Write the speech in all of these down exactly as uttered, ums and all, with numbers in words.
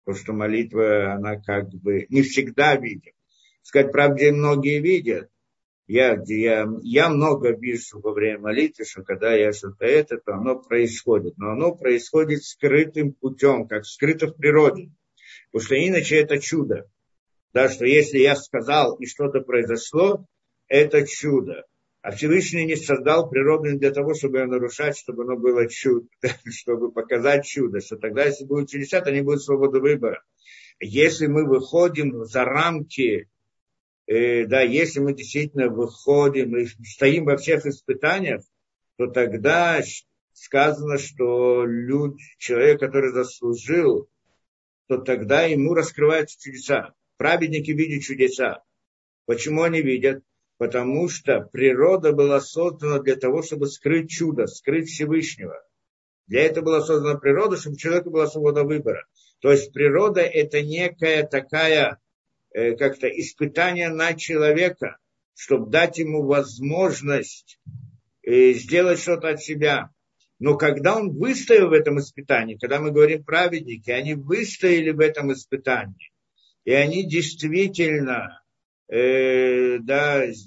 Потому что молитва, она как бы не всегда видит. Сказать правде, многие видят. Я, я, я много вижу во время молитвы, что когда я что-то это, то оно происходит. Но оно происходит скрытым путем, как скрыто в природе. Потому что иначе это чудо. Да, что если я сказал и что-то произошло, это чудо. А Всевышний не создал природу не для того, чтобы ее нарушать, чтобы оно было чудо, чтобы показать чудо. Что тогда, если будут чудеса, то не будет свободы выбора. Если мы выходим за рамки, э, да, если мы действительно выходим и стоим во всех испытаниях, то тогда сказано, что люд, человек, который заслужил, то тогда ему раскрываются чудеса. Праведники видят чудеса. Почему они видят? Потому что природа была создана для того, чтобы скрыть чудо, скрыть Всевышнего. Для этого была создана природа, чтобы у человека была свобода выбора. То есть природа – это некая такая, э, как-то испытание на человека, чтобы дать ему возможность э, сделать что-то от себя. Но когда он выстоял в этом испытании, когда мы говорим праведники, они выстояли в этом испытании, и они действительно э, да, э,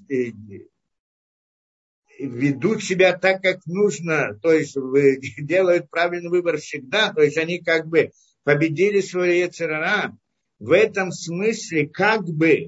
ведут себя так, как нужно, то есть делают правильный выбор всегда, то есть они как бы победили свое йецер ара, в этом смысле как бы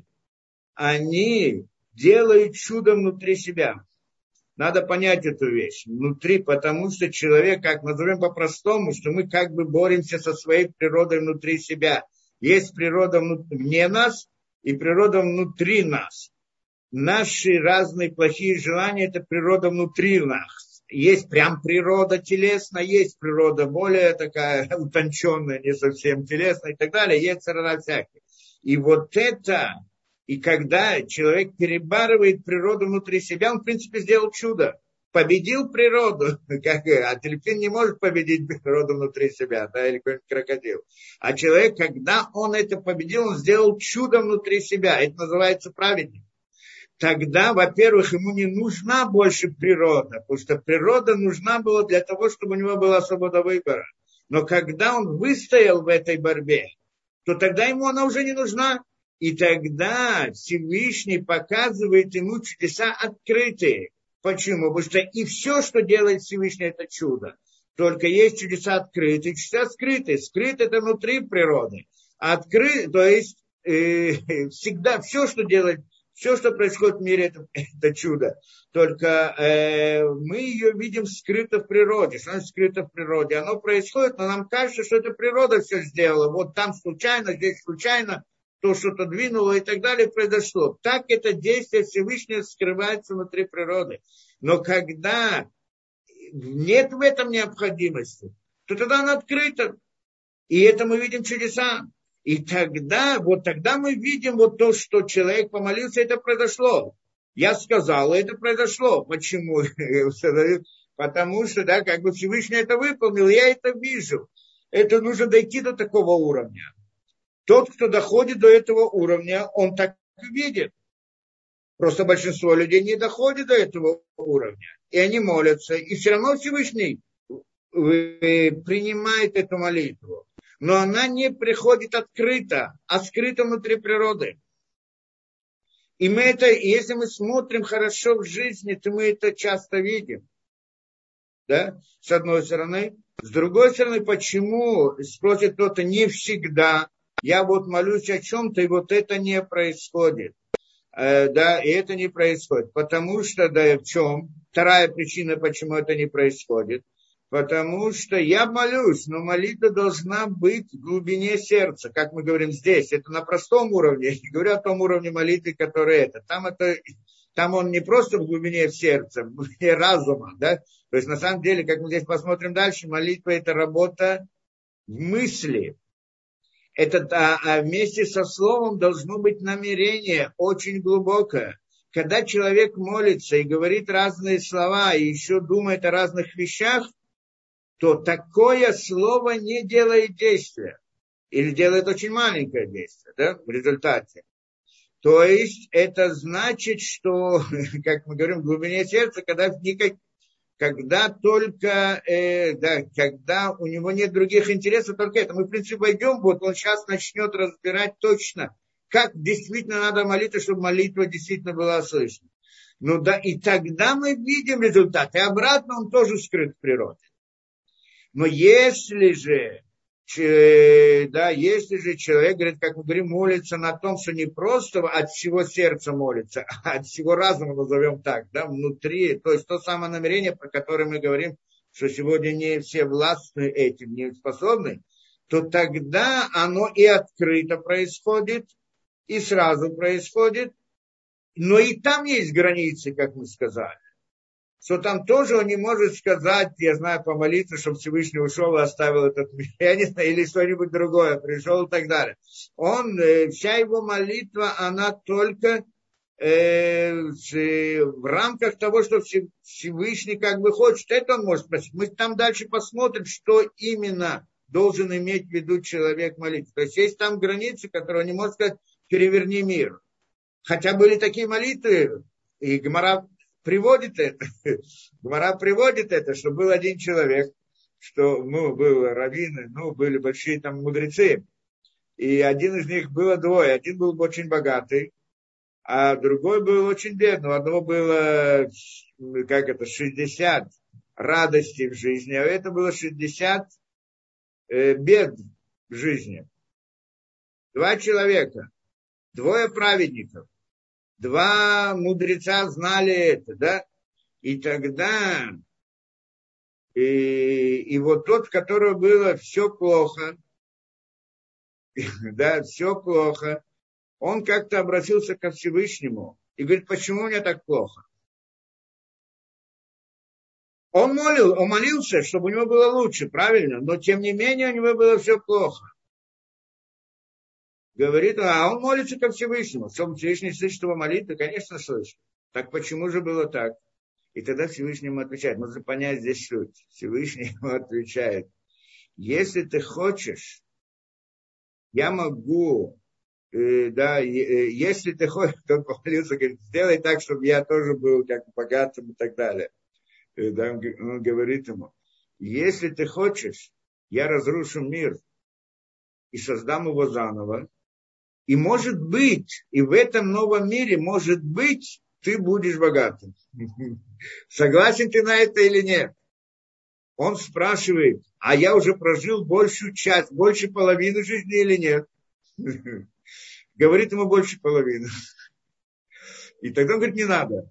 они делают чудо внутри себя. Надо понять эту вещь внутри, потому что человек, как назовем по-простому, что мы как бы боремся со своей природой внутри себя. Есть природа вне нас и природа внутри нас. Наши разные плохие желания – это природа внутри нас. Есть прям природа телесная, есть природа более такая утонченная, не совсем телесная и так далее. Есть рана всякие. И вот это, и когда человек перебарывает природу внутри себя, он в принципе сделал чудо. Победил природу, как, а дельфин не может победить природу внутри себя, да, или какой-нибудь крокодил. А человек, когда он это победил, он сделал чудо внутри себя. Это называется праведник. Тогда, во-первых, ему не нужна больше природа, потому что природа нужна была для того, чтобы у него была свобода выбора. Но когда он выстоял в этой борьбе, то тогда ему она уже не нужна. И тогда Всевышний показывает ему чудеса открытые. Почему? Потому что и все, что делает Всевышний, это чудо. Только есть чудеса открытые, чудеса скрытые. Скрытые – это внутри природы. Открыт, то есть э, всегда все, что делает, все, что происходит в мире, это, это чудо. Только э, мы ее видим скрыто в природе. Что значит скрыто в природе? Оно происходит, но нам кажется, что это природа все сделала. Вот там случайно, здесь случайно. То что-то двинуло и так далее произошло. Так это действие Всевышнего скрывается внутри природы. Но когда нет в этом необходимости, то тогда оно открыто. И это мы видим чудеса. И тогда, вот тогда мы видим вот то, что человек помолился, это произошло. Я сказал, это произошло. Почему? Потому что, да, как бы Всевышний это выполнил, я это вижу. Это нужно дойти до такого уровня. Тот, кто доходит до этого уровня, он так видит. Просто большинство людей не доходит до этого уровня. И они молятся. И все равно Всевышний принимает эту молитву. Но она не приходит открыто, а скрыто внутри природы. И мы это, если мы смотрим хорошо в жизни, то мы это часто видим. Да? С одной стороны. С другой стороны, почему, спросит кто-то, не всегда. Я вот молюсь о чем-то, и вот это не происходит. Э, да, и это не происходит. Потому что, да, в чем? Вторая причина, почему это не происходит. Потому что я молюсь, но молитва должна быть в глубине сердца, как мы говорим здесь. Это на простом уровне. Я не говорю о том уровне молитвы, который это. Там это... Там он не просто в глубине сердца, в глубине разума, да. То есть, на самом деле, как мы здесь посмотрим дальше, молитва – это работа в мысли. Это, а, а вместе со словом должно быть намерение очень глубокое. Когда человек молится и говорит разные слова, и еще думает о разных вещах, то такое слово не делает действия. Или делает очень маленькое действие, да, в результате. То есть это значит, что, как мы говорим, в глубине сердца, когда никак, когда только, э, да, когда у него нет других интересов, только это. Мы, в принципе, войдем, вот он сейчас начнет разбирать точно, как действительно надо молиться, чтобы молитва действительно была слышна. Ну да, и тогда мы видим результат. И обратно он тоже скрыт в природе. Но если же, да, если же человек, говорит, как мы говорим, молится на том, что не просто от всего сердца молится, а от всего разума, назовем так, да, внутри, то есть то самое намерение, про которое мы говорим, что сегодня не все властны этим, не способны, то тогда оно и открыто происходит, и сразу происходит, но и там есть границы, как мы сказали. Что там тоже он не может сказать, я знаю, помолиться, чтобы Всевышний ушел и оставил этот мир, я не знаю, или что-нибудь другое, пришел и так далее. Он, вся его молитва, она только э, в рамках того, что Всевышний как бы хочет, это он может спросить. Мы там дальше посмотрим, что именно должен иметь в виду человек молитвы. То есть есть там границы, которые он не может сказать, переверни мир. Хотя были такие молитвы, и Гемара приводит это, Гемара приводит это, что был один человек, что, ну, был раввины, ну, были большие там мудрецы, и один из них было двое, один был очень богатый, а другой был очень бедный, у одного было, как это, шестьдесят радостей в жизни, а это было шестьдесят э, бед в жизни. Два человека, двое праведников. Два мудреца знали это, да? И тогда, и, и вот тот, которого было все плохо, да, все плохо, он как-то обратился ко Всевышнему и говорит, почему мне так плохо? Он молил, он молился, чтобы у него было лучше, правильно, но тем не менее у него было все плохо. Говорит, а он молится ко Всевышнему, чтобы Всевышний слышит его молитву, конечно, слышит. Так почему же было так? И тогда Всевышний ему отвечает. Нужно понять здесь суть. Всевышний ему отвечает. Если ты хочешь, я могу, э, да, э, если ты хочешь, он помолился, говорит, сделай так, чтобы я тоже был как богатым и так далее. Э, да, он, он говорит ему, если ты хочешь, я разрушу мир и создам его заново. И может быть, и в этом новом мире, может быть, ты будешь богатым. Согласен ты на это или нет? Он спрашивает, а я уже прожил большую часть, больше половины жизни или нет? Говорит ему больше половины. И тогда он говорит, не надо.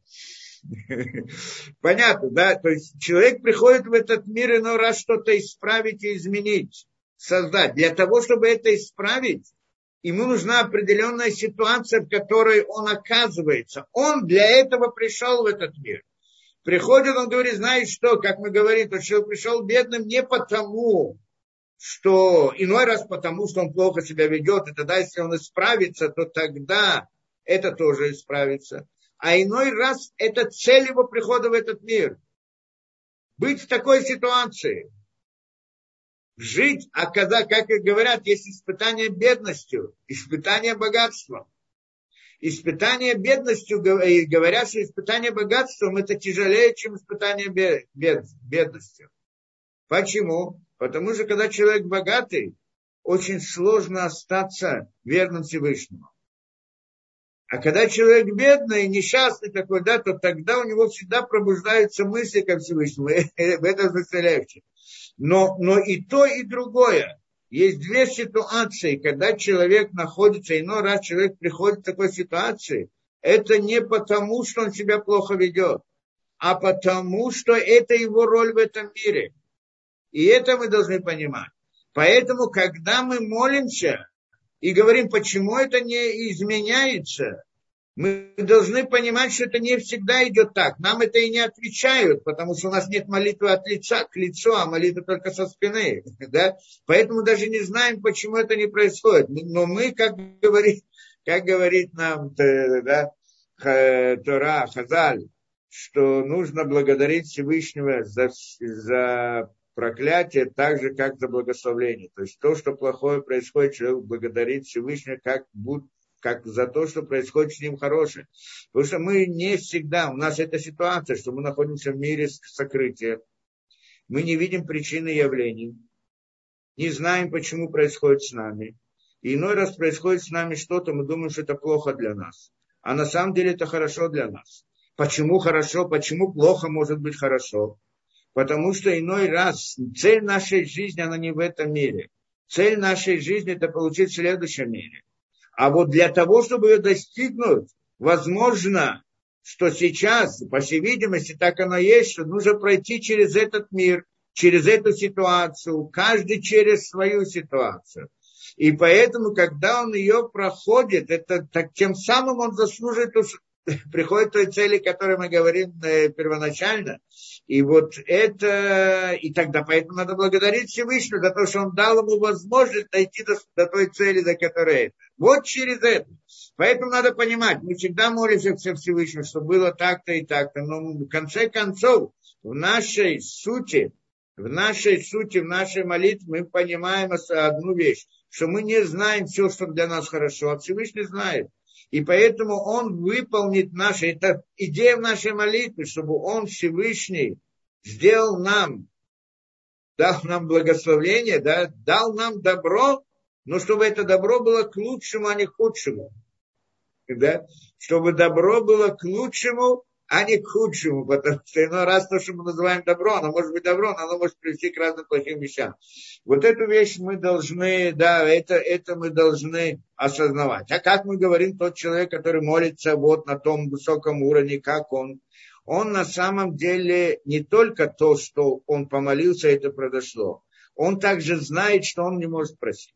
Понятно, да? То есть человек приходит в этот мир иной раз что-то исправить и изменить, создать. Для того, чтобы это исправить, ему нужна определенная ситуация, в которой он оказывается. Он для этого пришел в этот мир. Приходит, он говорит, знаешь что, как мы говорим, то человек пришел бедным не потому, что, иной раз потому, что он плохо себя ведет, и тогда, если он исправится, то тогда это тоже исправится. А иной раз это цель его прихода в этот мир. Быть в такой ситуации. Жить, а когда, как и говорят, есть испытание бедностью, испытание богатством. Испытание бедностью, говорят, что испытание богатством это тяжелее, чем испытание бед, бед, бедностью. Почему? Потому что когда человек богатый, очень сложно остаться верным Всевышнему. А когда человек бедный, несчастный такой, да, то тогда у него всегда пробуждаются мысли ко Всевышнему. В этом смысле легче. Но, но и то, и другое. Есть две ситуации, когда человек находится, иной раз человек приходит в такой ситуации. Это не потому, что он себя плохо ведет, а потому, что это его роль в этом мире. И это мы должны понимать. Поэтому, когда мы молимся и говорим, почему это не изменяется, мы должны понимать, что это не всегда идет так. Нам это и не отвечают, потому что у нас нет молитвы от лица к лицу, а молитва только со спины. Да? Поэтому даже не знаем, почему это не происходит. Но мы, как говорит, как говорит нам да, Тора, Хазаль, что нужно благодарить Всевышнего за, за проклятие так же, как за благословление. То есть то, что плохое происходит, человек благодарит Всевышнего, как будто как за то, что происходит с ним хорошее. Потому что мы не всегда, у нас эта ситуация, что мы находимся в мире сокрытия, мы не видим причины явлений, не знаем, почему происходит с нами. И иной раз происходит с нами что-то, мы думаем, что это плохо для нас. А на самом деле это хорошо для нас. Почему хорошо, почему плохо может быть хорошо? Потому что иной раз цель нашей жизни, она не в этом мире. Цель нашей жизни – это получить в следующем мире. А вот для того, чтобы ее достигнуть, возможно, что сейчас, по всей видимости, так оно есть, что нужно пройти через этот мир, через эту ситуацию, каждый через свою ситуацию. И поэтому, когда он ее проходит, это, так, тем самым он заслужит, приходит к той цели, о которой мы говорим э, первоначально. И вот это, и тогда поэтому надо благодарить Всевышнего за то, что он дал ему возможность дойти до, до той цели, до которой это. Вот через это. Поэтому надо понимать, мы всегда молимся все Всевышнему, что было так-то и так-то, но в конце концов, в нашей сути, в нашей сути, в нашей молитве мы понимаем одну вещь, что мы не знаем все, что для нас хорошо, а Всевышний знает. И поэтому он выполнит наши, это идея в нашей молитве, чтобы он Всевышний сделал нам, дал нам благословение, да, дал нам добро, но чтобы это добро было к лучшему, а не к худшему. Да? Чтобы добро было к лучшему, а не к худшему, потому что иной раз то, что мы называем добро, оно может быть добро, но оно может привести к разным плохим вещам. Вот эту вещь мы должны, да, это, это мы должны осознавать. А как мы говорим, тот человек, который молится вот на том высоком уровне, как он, он на самом деле не только то, что он помолился, это произошло, он также знает, что он не может просить.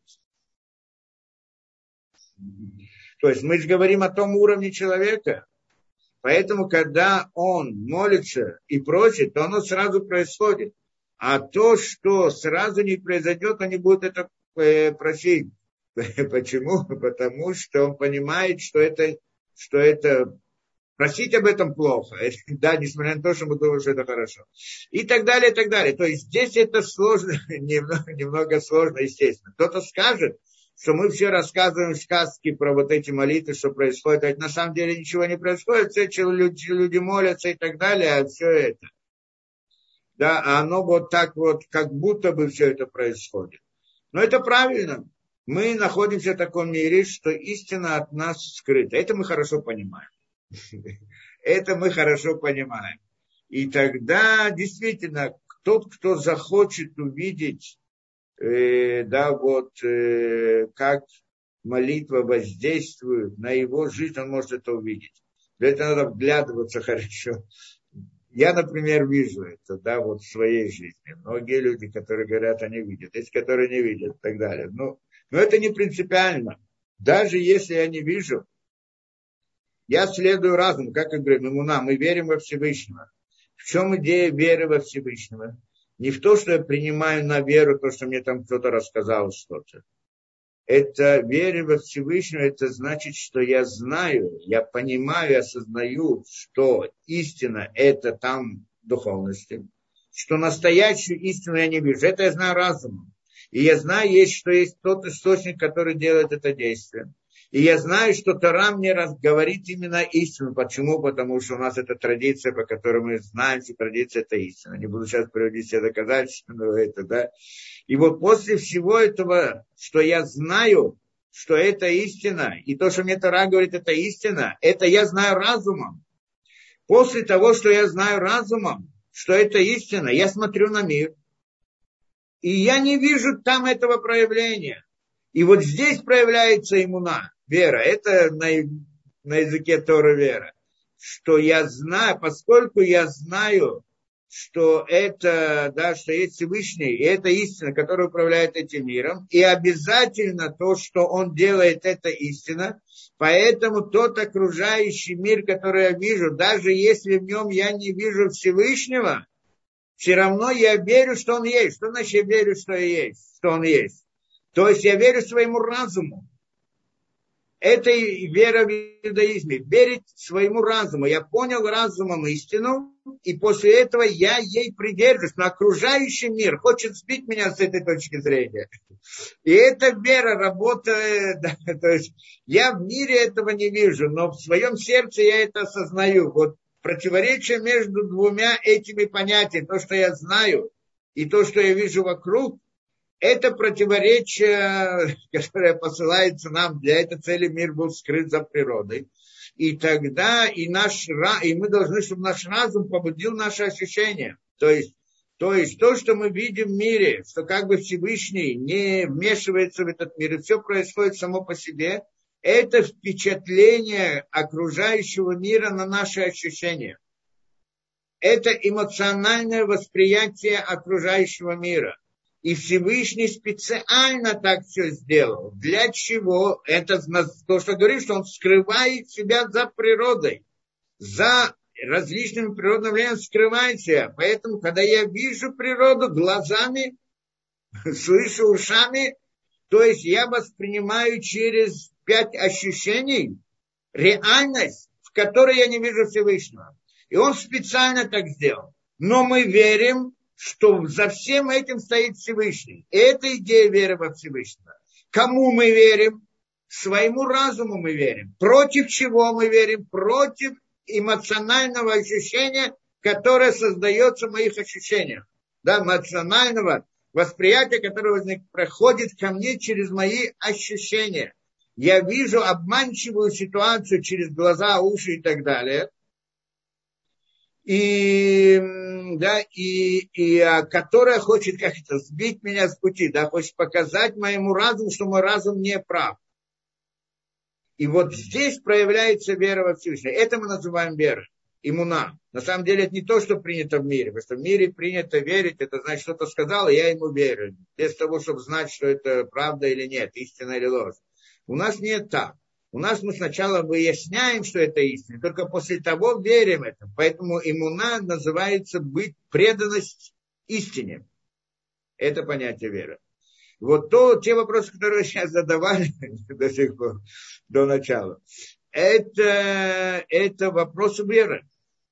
То есть мы же говорим о том уровне человека. Поэтому, когда он молится и просит, то оно сразу происходит. А то, что сразу не произойдет, он не будет это просить. Почему? Потому что он понимает, что это, что это просить об этом плохо. Да, несмотря на то, что мы думаем, что это хорошо. И так далее, и так далее. То есть здесь это сложно, немного, немного сложно, естественно. Кто-то скажет, что мы все рассказываем сказки про вот эти молитвы, что происходит, а на самом деле ничего не происходит, все люди, люди молятся и так далее, а все это. Да, а оно вот так вот, как будто бы все это происходит. Но это правильно. Мы находимся в таком мире, что истина от нас скрыта. Это мы хорошо понимаем. Это мы хорошо понимаем. И тогда действительно тот, кто захочет увидеть, Э, да, вот, э, как молитва воздействует на его жизнь, он может это увидеть. Для этого надо вглядываться хорошо. Я, например, вижу это, да, вот в своей жизни. Многие люди, которые говорят, они видят. Есть, которые не видят и так далее. Но, но это не принципиально. Даже если я не вижу, я следую разуму, как я говорю, иммуна, мы верим во Всевышнего. В чем идея веры во Всевышнего? Не в то, что я принимаю на веру то, что мне там кто-то рассказал что-то. Это вера во Всевышнего, это значит, что я знаю, я понимаю, осознаю, что истина это там духовности, что настоящую истину я не вижу. Это я знаю разумом. И я знаю, есть, что есть тот источник, который делает это действие. И я знаю, что Тора мне раз говорит именно истину. Почему? Потому что у нас это традиция, по которой мы знаем, что традиция это истина. Не буду сейчас приводить все доказательства, но это, да. И вот после всего этого, что я знаю, что это истина, и то, что мне Тора говорит, это истина, это я знаю разумом. После того, что я знаю разумом, что это истина, я смотрю на мир, и я не вижу там этого проявления. И вот здесь проявляется иммуна, вера. Это на, на языке Торы вера. Что я знаю, поскольку я знаю, что это, да, что есть Всевышний, и это истина, которая управляет этим миром, и обязательно то, что он делает, это истина, поэтому тот окружающий мир, который я вижу, даже если в нем я не вижу Всевышнего, все равно я верю, что он есть. Что значит я верю, что есть, что он есть? То есть я верю своему разуму. Это и вера в иудаизме. Верить своему разуму. Я понял разумом истину, и после этого я ей придерживаюсь. Но окружающий мир хочет сбить меня с этой точки зрения. И эта вера работает. Да, то есть я в мире этого не вижу, но в своем сердце я это осознаю. Вот противоречие между двумя этими понятиями, то, что я знаю, и то, что я вижу вокруг, это противоречие, которое посылается нам, для этой цели мир был скрыт за природой. И тогда и, наш, и мы должны, чтобы наш разум побудил наши ощущения. То есть, то есть то, что мы видим в мире, что как бы Всевышний не вмешивается в этот мир, и все происходит само по себе, это впечатление окружающего мира на наши ощущения. Это эмоциональное восприятие окружающего мира. И Всевышний специально так все сделал. Для чего? Это то, что говорит, что он скрывает себя за природой. За различными природными явлениями скрывает себя. Поэтому, когда я вижу природу глазами, слышу ушами, то есть я воспринимаю через пять ощущений реальность, в которой я не вижу Всевышнего. И он специально так сделал. Но мы верим, что за всем этим стоит Всевышний. И это идея веры во Всевышнего. Кому мы верим? Своему разуму мы верим. Против чего мы верим? Против эмоционального ощущения, которое создается в моих ощущениях. Да, эмоционального восприятия, которое возник, проходит ко мне через мои ощущения. Я вижу обманчивую ситуацию через глаза, уши и так далее. И, да, и, и а, которая хочет как-то сбить меня с пути, да, хочет показать моему разуму, что мой разум не прав. И вот здесь проявляется вера во Всевышнего. Это мы называем верой, иммуна. На самом деле это не то, что принято в мире, потому что в мире принято верить, это значит, что-то сказал, и я ему верю, без того, чтобы знать, что это правда или нет, истина или ложь. У нас нет так. У нас мы сначала выясняем, что это истина, только после того верим этому. Поэтому иммуна называется быть преданность истине. Это понятие веры. Вот то, те вопросы, которые вы сейчас задавали до сих пор, до начала, это, это вопросы веры.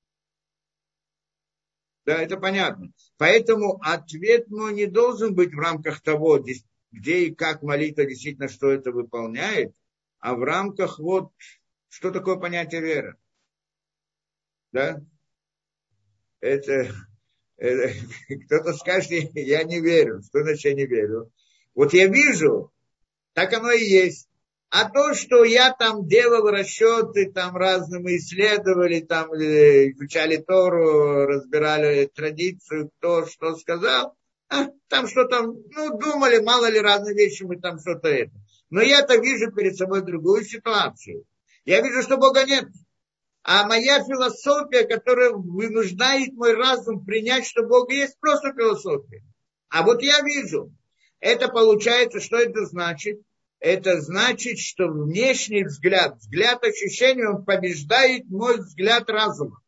Да, это понятно. Поэтому ответ мой не должен быть в рамках того, где и как молитва действительно что это выполняет, а в рамках вот, что такое понятие веры. Да? Это, это кто-то скажет, я не верю. Что значит я не верю? Вот я вижу, так оно и есть. А то, что я там делал расчеты, там разные мы исследовали, там изучали Тору, разбирали традицию, кто что сказал, а, там что-то, ну, думали, мало ли разные вещи, мы там что-то это. Но я-то вижу перед собой другую ситуацию. Я вижу, что Бога нет. А моя философия, которая вынуждает мой разум принять, что Бог есть, просто философия. А вот я вижу. Это получается, что это значит? Это значит, что внешний взгляд, взгляд ощущений, он побеждает мой взгляд разума.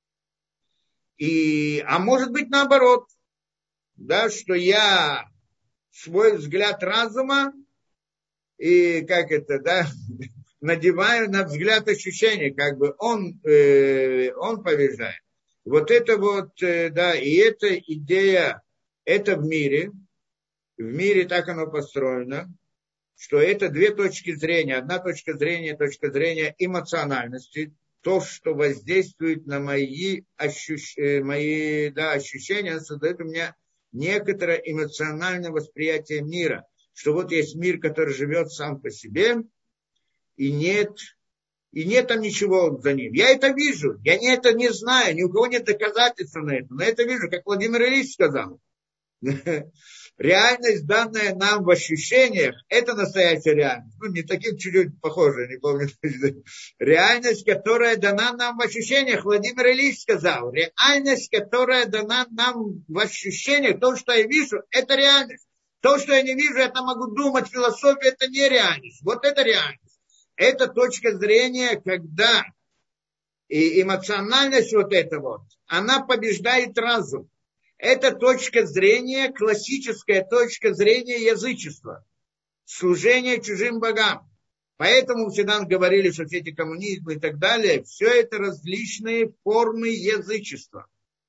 И, а может быть наоборот, да, что я свой взгляд разума и как это, да, надеваю на взгляд ощущения, как бы он, э, он побеждает. Вот это вот, э, да, и эта идея, это в мире, в мире так оно построено, что это две точки зрения. Одна точка зрения, точка зрения эмоциональности, то, что воздействует на мои, ощущ... мои да, ощущения, создает у меня некоторое эмоциональное восприятие мира. Что вот есть мир, который живет сам по себе, и нет, и нет там ничего за ним. Я это вижу, я не, это не знаю, ни у кого нет доказательств на это, но я это вижу, как Владимир Ильич сказал. Реальность, данная нам в ощущениях, это настоящая реальность. Ну, не таким чуть-чуть похоже, не помню. Реальность, которая дана нам в ощущениях, Владимир Ильич сказал. Реальность, которая дана нам в ощущениях, то, что я вижу, это реальность. То, что я не вижу, это могу думать, философия, это не реальность. Вот это реальность. Это точка зрения, когда и эмоциональность вот эта вот, она побеждает разум. Это точка зрения, классическая точка зрения язычества. Служение чужим богам. Поэтому всегда говорили, что все эти коммунизмы и так далее, все это различные формы язычества.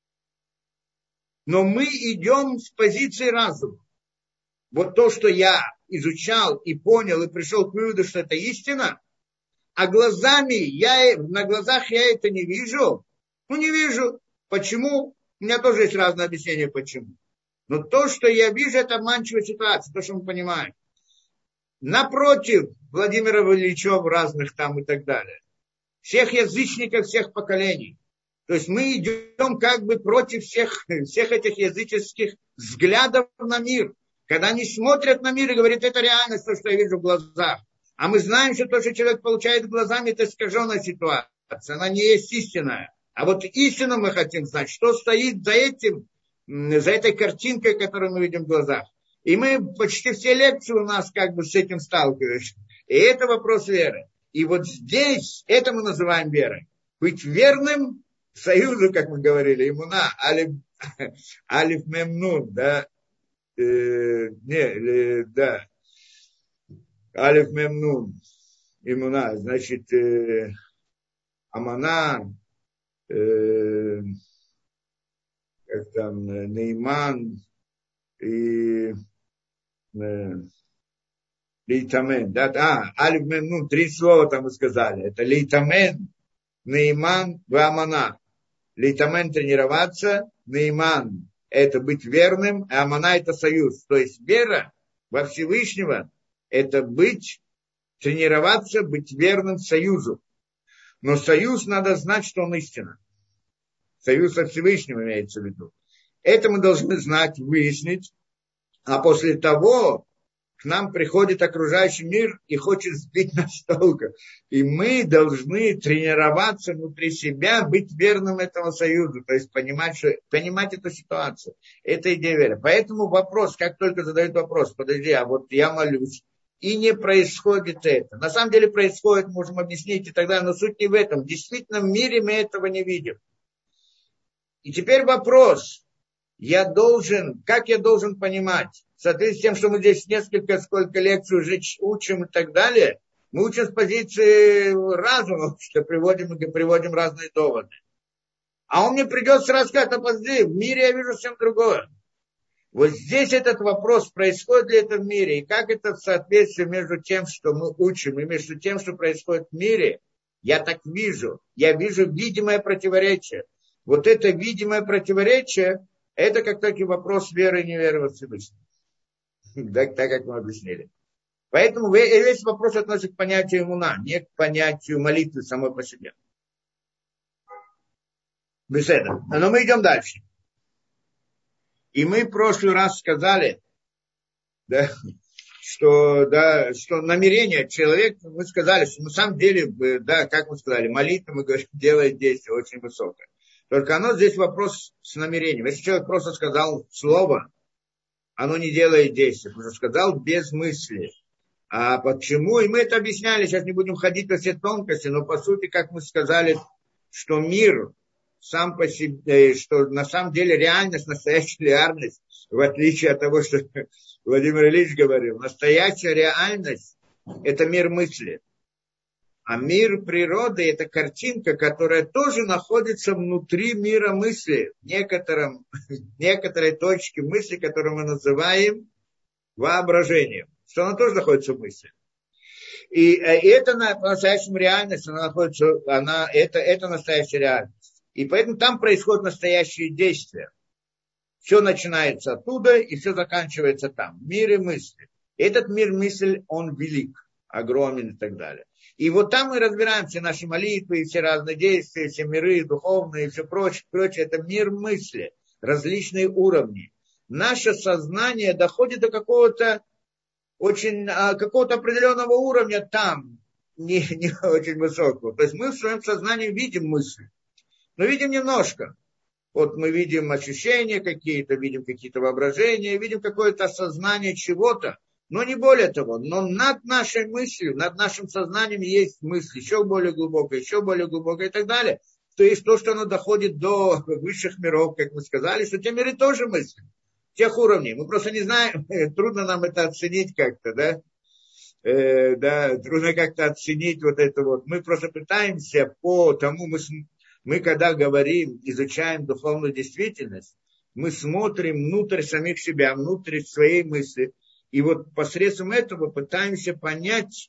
Но мы идем с позиции разума. Вот то, что я изучал и понял, и пришел к выводу, что это истина, а глазами, я, на глазах я это не вижу, ну не вижу. Почему? У меня тоже есть разные объяснения, почему. Но то, что я вижу, это обманчивая ситуация, то, что мы понимаем. Напротив, Владимира Ильича разных там и так далее. Всех язычников, всех поколений. То есть мы идем как бы против всех, всех этих языческих взглядов на мир. Когда они смотрят на мир и говорят, это реальность, то, что я вижу в глазах. А мы знаем, что то, что человек получает глазами, это искаженная ситуация. Она не есть истинная. А вот истину мы хотим знать, что стоит за этим, за этой картинкой, которую мы видим в глазах. И мы почти все лекции у нас как бы с этим сталкиваемся. И это вопрос веры. И вот здесь это мы называем верой. Быть верным союзу, как мы говорили, имуна, алиф, алиф мемнун, да, э, не, э, да, алиф мемнун, имуна, значит, э, амана, э, как там, нейман и э, лейтамен, да, а, алиф мемнун, три слова там мы сказали, это лейтамен, нейман, вамана. Лейтамен тренироваться, нейман это быть верным, а амана это союз. То есть вера во Всевышнего это быть, тренироваться, быть верным союзу. Но союз надо знать, что он истина. Союз со Всевышним имеется в виду. Это мы должны знать, выяснить. А после того к нам приходит окружающий мир и хочет сбить нас с толка. И мы должны тренироваться внутри себя, быть верным этому союзу. То есть понимать, что, понимать эту ситуацию. Это идея веры. Поэтому вопрос, как только задают вопрос, подожди, а вот я молюсь, и не происходит это. На самом деле происходит, можем объяснить и так далее, но суть не в этом. В действительном мире мы этого не видим. И теперь вопрос. Я должен, как я должен понимать? В соответствии с тем, что мы здесь несколько, сколько лекций уже учим и так далее, мы учим с позиции разума, что приводим, и приводим разные доводы. А он мне придется рассказать, а подожди, в мире я вижу совсем другое. Вот здесь этот вопрос, происходит ли это в мире, и как это в соответствии между тем, что мы учим, и между тем, что происходит в мире, я так вижу, я вижу видимое противоречие. Вот это видимое противоречие, это как таки вопрос веры и неверы во Всевышнего. Так, так как мы объяснили. Поэтому весь вопрос относится к понятию имуна, не к понятию молитвы самой по себе. Беседа. Но мы идем дальше. И мы в прошлый раз сказали, да, что, да, что намерение человека, мы сказали, что на самом деле, да, как мы сказали, молитва, мы говорим, делает действие очень высокое. Только оно здесь вопрос с намерением. Если человек просто сказал слово, оно не делает действия, потому что сказал без мысли. А почему? И мы это объясняли, сейчас не будем ходить во все тонкости, но по сути, как мы сказали, что мир сам по себе, что на самом деле реальность, настоящая реальность, в отличие от того, что Владимир Ильич говорил, настоящая реальность – это мир мысли. А мир природы – это картинка, которая тоже находится внутри мира мысли, в некотором, в некоторой точке мысли, которую мы называем воображением. Что она тоже находится в мысли. И, и это на настоящем реальность, она находится, она, это, это настоящая реальность. И поэтому там происходят настоящие действия. Все начинается оттуда, и все заканчивается там. В мире мысли. Этот мир мысли, он велик, огромен и так далее. И вот там мы разбираем все наши молитвы, все разные действия, все миры духовные и все прочее, прочее. Это мир мысли, различные уровни. Наше сознание доходит до какого-то очень, какого-то определенного уровня там, не, не очень высокого. То есть мы в своем сознании видим мысли, но видим немножко. Вот мы видим ощущения какие-то, видим какие-то воображения, видим какое-то осознание чего-то, но не более того. Но над нашей мыслью, над нашим сознанием есть мысль еще более глубокая, еще более глубокая и так далее. То есть то, что оно доходит до высших миров, как мы сказали, что те миры тоже мысли. Тех уровней. Мы просто не знаем, трудно нам это оценить как-то, да. э, да, трудно как-то оценить вот это вот. Мы просто пытаемся по тому, мы, мы когда говорим, изучаем духовную действительность, мы смотрим внутрь самих себя, внутрь своей мысли, и вот посредством этого пытаемся понять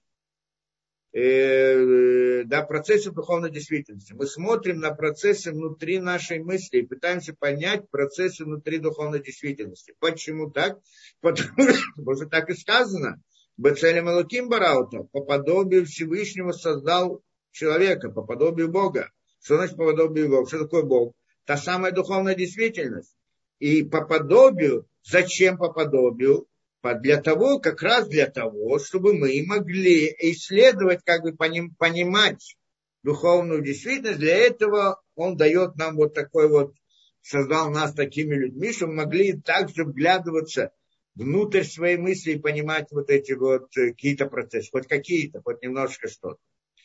э, да, процессы духовной действительности. Мы смотрим на процессы внутри нашей мысли и пытаемся понять процессы внутри духовной действительности. Почему так? Потому что так и сказано. Бецелем Элоким Бараута, по подобию Всевышнего создал человека, по подобию Бога. Что значит по подобию Бога? Что такое Бог? Та самая духовная действительность. И по подобию, зачем по подобию? Для того, как раз для того, чтобы мы могли исследовать, как бы понимать духовную действительность. Для этого он дает нам вот такой вот, создал нас такими людьми, чтобы мы могли также вглядываться внутрь своей мысли и понимать вот эти вот какие-то процессы, хоть какие-то, хоть немножко что-то.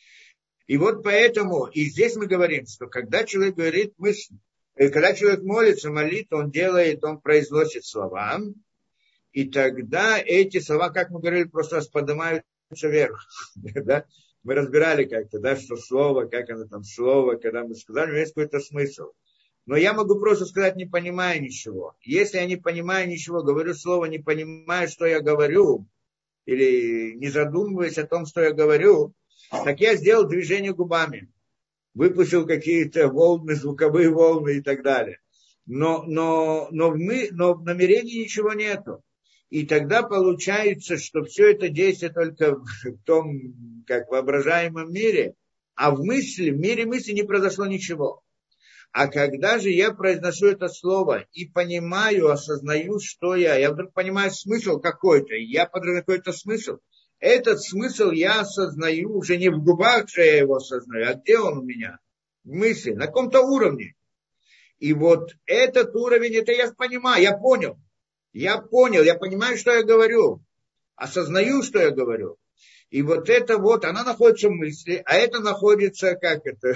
И вот поэтому, и здесь мы говорим, что когда человек говорит мысль, когда человек молится, молит, он делает, он произносит слова, и тогда эти слова, как мы говорили, просто поднимаются вверх. Да? Мы разбирали как-то, да, что слово, как оно там слово, когда мы сказали, у него есть какой-то смысл. Но я могу просто сказать, не понимая ничего. Если я не понимаю ничего, говорю слово, не понимаю, что я говорю, или не задумываясь о том, что я говорю, так я сделал движение губами, выпустил какие-то волны, звуковые волны и так далее. Но, но, но, мы, но в намерении ничего нету. И тогда получается, что все это действие только в том, как воображаемом мире, а в мысли, в мире мысли не произошло ничего. А когда же я произношу это слово и понимаю, осознаю, что я, я вдруг понимаю смысл какой-то, я подразумеваю какой-то смысл, этот смысл я осознаю уже не в губах, что я его осознаю, а где он у меня? В мысли, на каком-то уровне. И вот этот уровень, это я понимаю, я понял. Я понял, я понимаю, что я говорю. Осознаю, что я говорю. И вот это вот, она находится в мысли, а это находится, как это,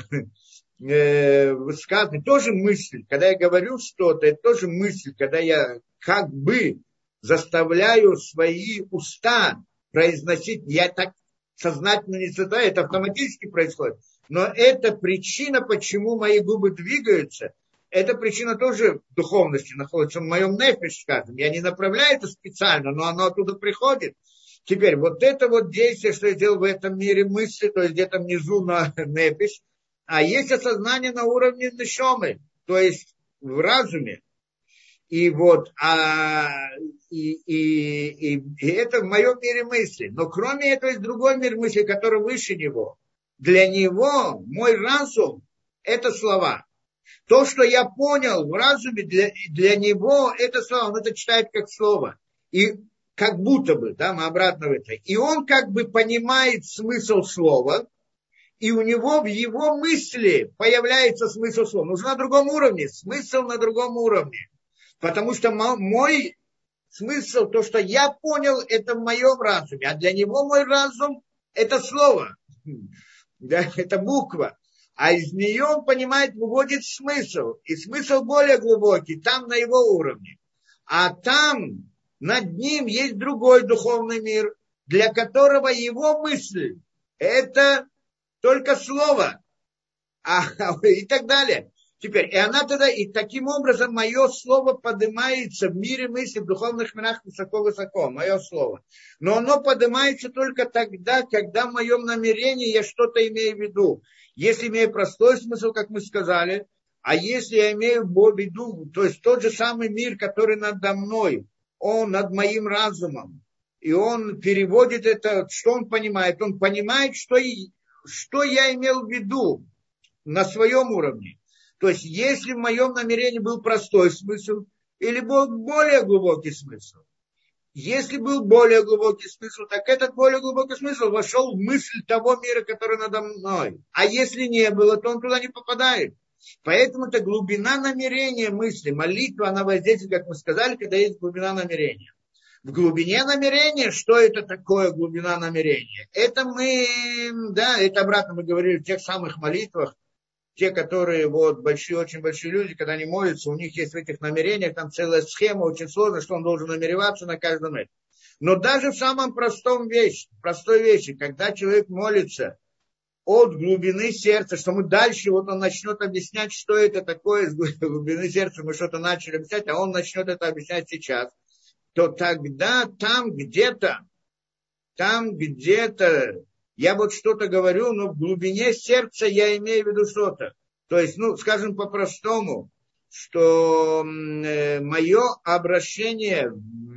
э, высказывание, тоже мысль. Когда я говорю что-то, это тоже мысль, когда я как бы заставляю свои уста произносить, я так сознательно не цитаю, это автоматически происходит. Но это причина, почему мои губы двигаются. Эта причина тоже в духовности находится в моем нефиш, скажем. Я не направляю это специально, но оно оттуда приходит. Теперь, вот это вот действие, что я делал в этом мире мысли, то есть где-то внизу на нефиш, а есть осознание на уровне нешомы, то есть в разуме. И вот, а, и, и, и, и это в моем мире мысли. Но кроме этого есть другой мир мысли, который выше него. Для него мой разум – это слова. То, что я понял в разуме, для, для него это слово, он это читает как слово. И как будто бы, да, мы обратно в это. И он как бы понимает смысл слова, и у него в его мысли появляется смысл слова. Нужно на другом уровне, смысл на другом уровне. Потому что мой смысл, то, что я понял, это в моем разуме. А для него мой разум – это слово, да, это буква. А из нее он понимает, выводит смысл. И смысл более глубокий, там на его уровне. А там над ним есть другой духовный мир, для которого его мысль – это только слово. А, и так далее. Теперь, и она тогда, и таким образом мое слово поднимается в мире мысли, в духовных мирах высоко-высоко, мое слово. Но оно поднимается только тогда, когда в моем намерении я что-то имею в виду. Если имею простой смысл, как мы сказали, а если я имею в виду, то есть тот же самый мир, который надо мной, он над моим разумом, и он переводит это, что он понимает? Он понимает, что, и, что я имел в виду на своем уровне. То есть, если в моем намерении был простой смысл, или был более глубокий смысл. Если был более глубокий смысл, так этот более глубокий смысл вошел в мысль того мира, который надо мной. А если не было, то он туда не попадает. Поэтому это глубина намерения мысли. Молитва, она воздействует, как мы сказали, когда есть глубина намерения. В глубине намерения, что это такое глубина намерения? Это мы, да, это обратно мы говорили в тех самых молитвах, те, которые вот большие, очень большие люди, когда они молятся, у них есть в этих намерениях там целая схема, очень сложная, что он должен намереваться на каждом этом. Но даже в самом простом вещи, простой вещи, когда человек молится от глубины сердца, что мы дальше, вот он начнет объяснять, что это такое, с глубины сердца мы что-то начали объяснять, а он начнет это объяснять сейчас, то тогда там где-то, там где-то, я вот что-то говорю, но в глубине сердца я имею в виду что-то. То есть, ну, скажем по-простому, что э, мое обращение,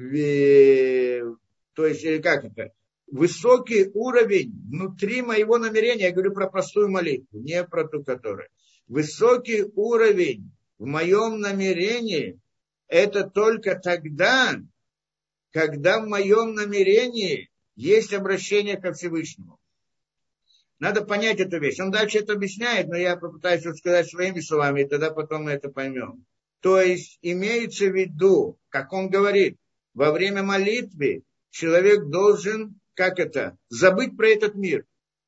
в, то есть, или как это, высокий уровень внутри моего намерения, я говорю про простую молитву, не про ту, которая. Высокий уровень в моем намерении, это только тогда, когда в моем намерении есть обращение ко Всевышнему. Надо понять эту вещь. Он дальше это объясняет, но я попытаюсь это сказать своими словами, и тогда потом мы это поймем. То есть имеется в виду, как он говорит, во время молитвы человек должен, как это, забыть про этот мир.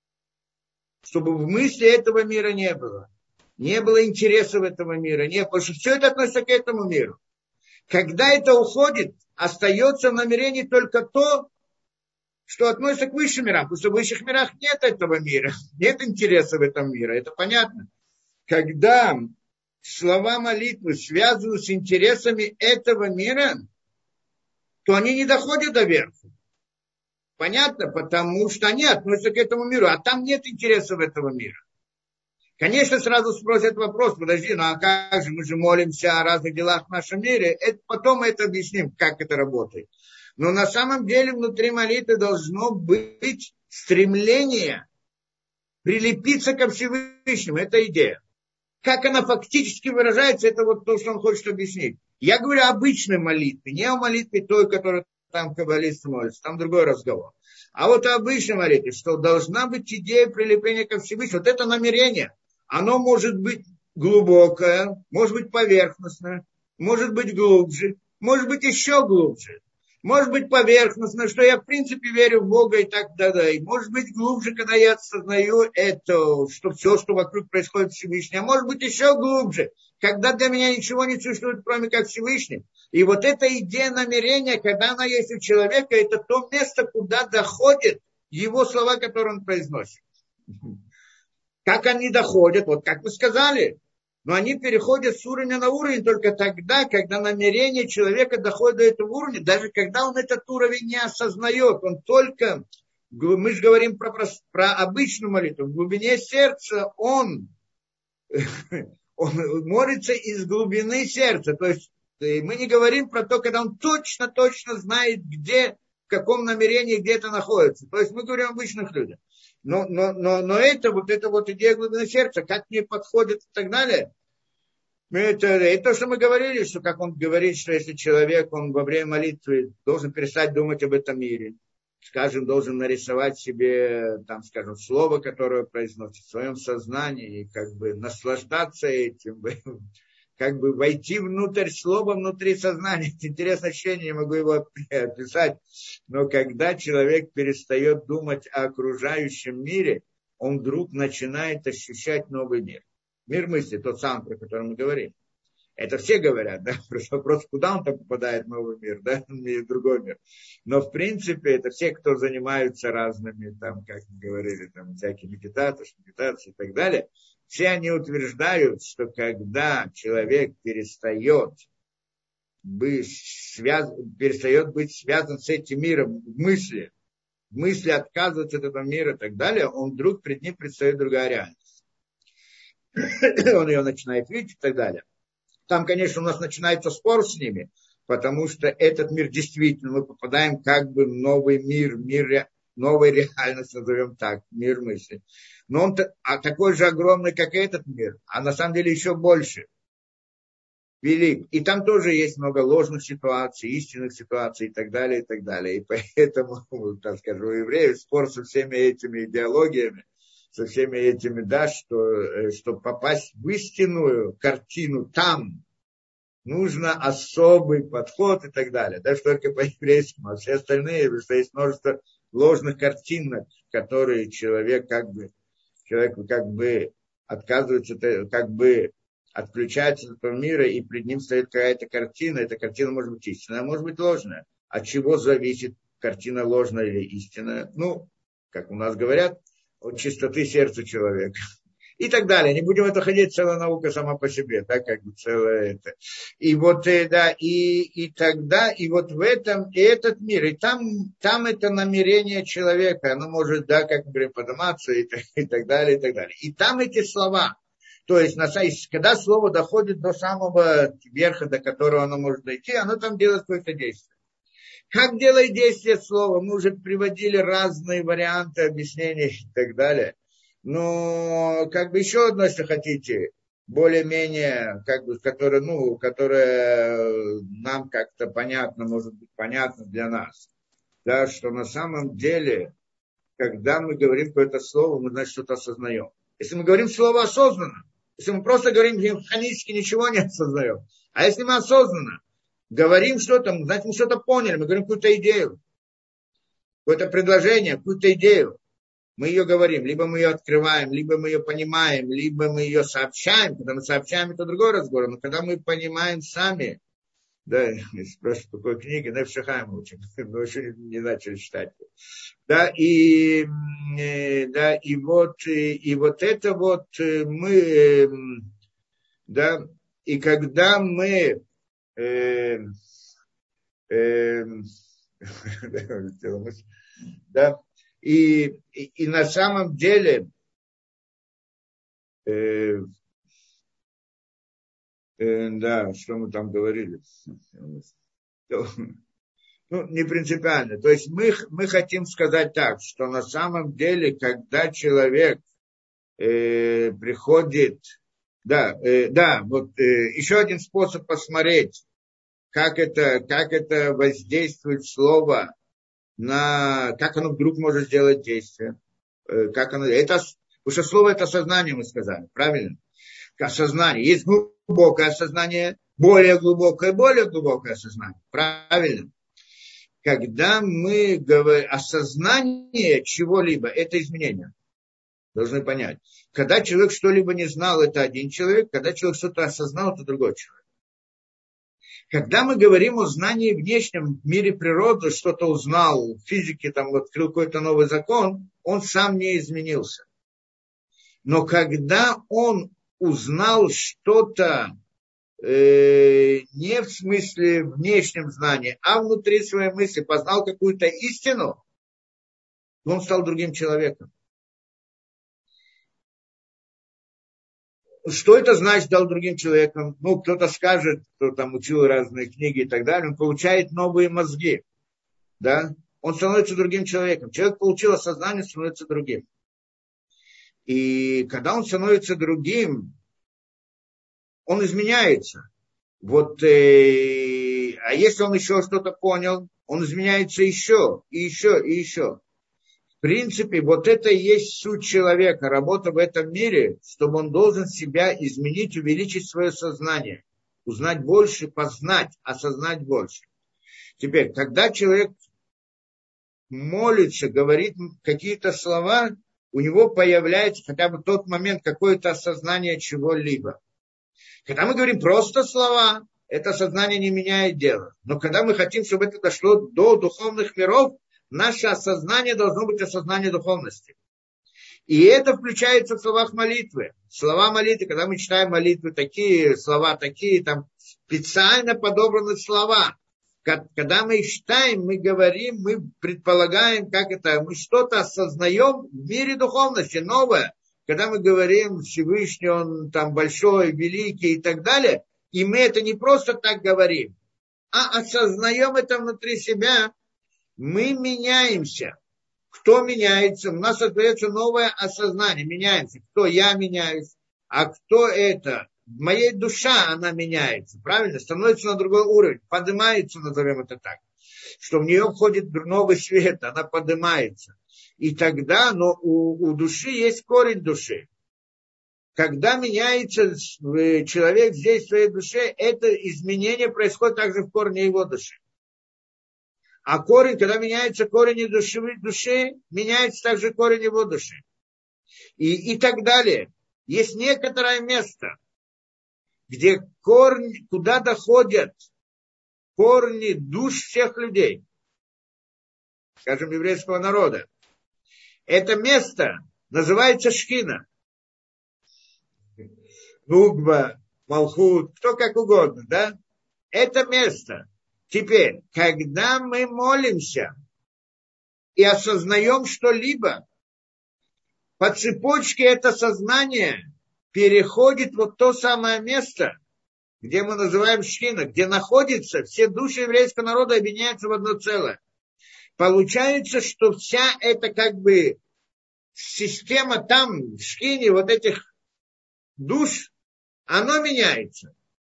Чтобы в мысли этого мира не было. Не было интересов этого мира. Не, потому что все это относится к этому миру. Когда это уходит, остается в намерении только то, что относится к высшим мирам. Потому что в высших мирах нет этого мира. Нет интереса в этом мире. Это понятно. Когда слова молитвы связаны с интересами этого мира, то они не доходят до верха. Понятно? Потому что они относятся к этому миру. А там нет интереса в этого мира. Конечно, сразу спросят вопрос, подожди, ну а как же, мы же молимся о разных делах в нашем мире. Это, потом мы это объясним, как это работает. Но на самом деле внутри молитвы должно быть стремление прилепиться ко Всевышнему. Это идея. Как она фактически выражается, это вот то, что он хочет объяснить. Я говорю о обычной молитве, не о молитве той, которая там каббалист молится, там другой разговор. А вот о обычной молитве, что должна быть идея прилепления ко Всевышнему. Вот это намерение. Оно может быть глубокое, может быть поверхностное, может быть глубже, может быть еще глубже. Может быть поверхностно, что я в принципе верю в Бога и так далее. Может быть глубже, когда я осознаю это, что все, что вокруг происходит Всевышнее. А может быть еще глубже, когда для меня ничего не существует, кроме как Всевышним. И вот эта идея намерения, когда она есть у человека, это то место, куда доходят его слова, которые он произносит. Как они доходят, вот как вы сказали. Но они переходят с уровня на уровень только тогда, когда намерение человека доходит до этого уровня, даже когда он этот уровень не осознает. Он только, мы же говорим про, про, про обычную молитву, в глубине сердца он, он молится из глубины сердца. То есть мы не говорим про то, когда он точно-точно знает, где, в каком намерении, где это находится. То есть мы говорим о обычных людях. Но, но, но, но это, вот эта вот идея глубины сердца, как мне подходит и так далее, это, это то, что мы говорили, что как он говорит, что если человек, он во время молитвы должен перестать думать об этом мире, скажем, должен нарисовать себе, там, скажем, слово, которое произносит в своем сознании, и как бы наслаждаться этим, как бы войти внутрь слова, внутри сознания. Это интересное ощущение, не могу его описать. Но когда человек перестает думать о окружающем мире, он вдруг начинает ощущать новый мир. Мир мысли, тот самый, про который мы говорим. Это все говорят, да? Просто вопрос, куда он там попадает в новый мир, да? В другой мир. Но в принципе это все, кто занимаются разными, там, как мы говорили, там, всякие медитации, медитации и так далее. Все они утверждают, что когда человек перестает быть, связ... перестает быть связан с этим миром в мысли, в мысли отказываться от этого мира и так далее, он вдруг перед ним предстает другая реальность. Он ее начинает видеть и так далее. Там, конечно, у нас начинается спор с ними, потому что этот мир действительно, мы попадаем как бы в новый мир, мир новой реальности, назовем так, мир мысли. Но он а такой же огромный, как этот мир, а на самом деле еще больше. Велик. И там тоже есть много ложных ситуаций, истинных ситуаций и так далее, и так далее. И поэтому, так скажем, у евреев спор со всеми этими идеологиями, со всеми этими, да, что, чтобы попасть в истинную картину там, нужно особый подход и так далее. Даже только по-еврейскому, а все остальные, потому что есть множество ложных картинок, которые человек как бы, человек как бы отказывается, как бы отключается от этого мира, и перед ним стоит какая-то картина. Эта картина может быть истинная, а может быть ложная. От чего зависит картина ложная или истинная. Ну, как у нас говорят, от чистоты сердца человека. И так далее. Не будем в это ходить, целая наука сама по себе, да, как бы целая это. И вот, э, да, и, и тогда, и вот в этом, и этот мир, и там, там это намерение человека, оно может, да, как мы говорим, подниматься и, и так далее, и так далее. И там эти слова, то есть, на, когда слово доходит до самого верха, до которого оно может дойти, оно там делает какое-то действие. Как делает действие слово? Мы уже приводили разные варианты объяснений и так далее. Но как бы еще одно, если хотите, более-менее, как бы, которое, ну, которое нам как-то понятно, может быть понятно для нас. Да, что на самом деле, когда мы говорим какое-то слово, мы, значит, что-то осознаем. Если мы говорим слово осознанно, если мы просто говорим механически, ничего не осознаем. А если мы осознанно говорим что-то, значит, мы что-то поняли, мы говорим какую-то идею, какое-то предложение, какую-то идею. Мы ее говорим, либо мы ее открываем, либо мы ее понимаем, либо мы ее сообщаем. Когда мы сообщаем, это другой разговор. Но когда мы понимаем сами, да, спрашивают, в какой книге, на Шахаем учим, но еще не, не начали читать. Да, и, да, и вот, и, и вот это вот мы, да, и когда мы, э, э, да, И, и, и на самом деле, э, э, да, что мы там говорили? Ну, не принципиально. То есть мы, мы хотим сказать так, что на самом деле, когда человек э, приходит, да, э, да, вот э, еще один способ посмотреть, как это, как это воздействует слово на, как оно вдруг может сделать действие. Как оно, это, потому что слово это сознание, мы сказали, правильно? Осознание. Есть глубокое осознание, более глубокое, более глубокое осознание. Правильно? Когда мы говорим осознание чего-либо, это изменение. Должны понять. Когда человек что-либо не знал, это один человек. Когда человек что-то осознал, это другой человек. Когда мы говорим о знании внешнем в мире природы, что-то узнал, в физике там открыл какой-то новый закон, он сам не изменился. Но когда он узнал что-то э, не в смысле внешнем знании, а внутри своей мысли, познал какую-то истину, он стал другим человеком. Что это значит, стал другим человеком? Ну, кто-то скажет, кто там учил разные книги и так далее, он получает новые мозги, да? Он становится другим человеком. Человек получил осознание, становится другим. И когда он становится другим, он изменяется. Вот, э, а если он еще что-то понял, он изменяется еще, и еще, и еще. В принципе, вот это и есть суть человека, работа в этом мире, чтобы он должен себя изменить, увеличить свое сознание, узнать больше, познать, осознать больше. Теперь, когда человек молится, говорит какие-то слова, у него появляется хотя бы в тот момент какое-то осознание чего-либо. Когда мы говорим просто слова, это сознание не меняет дело. Но когда мы хотим, чтобы это дошло до духовных миров, наше осознание должно быть осознание духовности. И это включается в словах молитвы. Слова молитвы, когда мы читаем молитвы, такие слова, такие, там специально подобраны слова. Когда мы их читаем, мы говорим, мы предполагаем, как это, мы что-то осознаем в мире духовности, новое. Когда мы говорим Всевышний, он там большой, великий и так далее, и мы это не просто так говорим, а осознаем это внутри себя, мы меняемся. Кто меняется? У нас создается новое осознание, меняемся. Кто? Я меняюсь. А кто это? Моя душа, она меняется, правильно? Становится на другой уровень, поднимается, назовем это так. Что в нее входит новый свет, она поднимается. И тогда, но у, у души есть корень души. Когда меняется человек здесь в своей душе, это изменение происходит также в корне его души. А корень, когда меняется корень души, души меняется также корень его души. И, и так далее. Есть некоторое место, где корни, куда доходят корни душ всех людей. скажем, еврейского народа. Это место называется Шхина. Нугба, Малхут, кто как угодно, да? Это место. Теперь, когда мы молимся и осознаем что-либо, по цепочке это сознание переходит вот то самое место, где мы называем Шхина, где находятся все души еврейского народа, объединяются в одно целое. Получается, что вся эта как бы система там, в Шхине, вот этих душ, она меняется.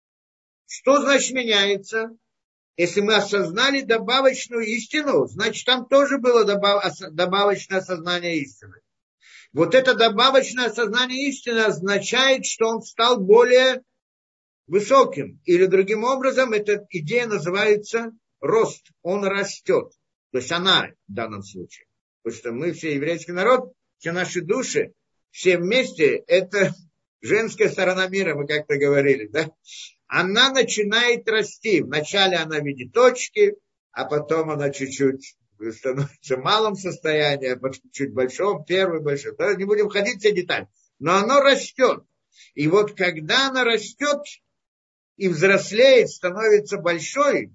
Что значит меняется? Если мы осознали добавочную истину, значит, там тоже было добавочное осознание истины. Вот это добавочное осознание истины означает, что он стал более высоким. Или другим образом, эта идея называется рост. Он растет. То есть она в данном случае. Потому что мы все еврейский народ, все наши души, все вместе, это женская сторона мира, мы как-то говорили, да? Она начинает расти. Вначале она в виде точки, а потом она чуть-чуть становится в малом состоянии, а потом чуть большом, первый большой. Не будем ходить в все детали. Но оно растет. И вот когда она растет и взрослеет, становится большой,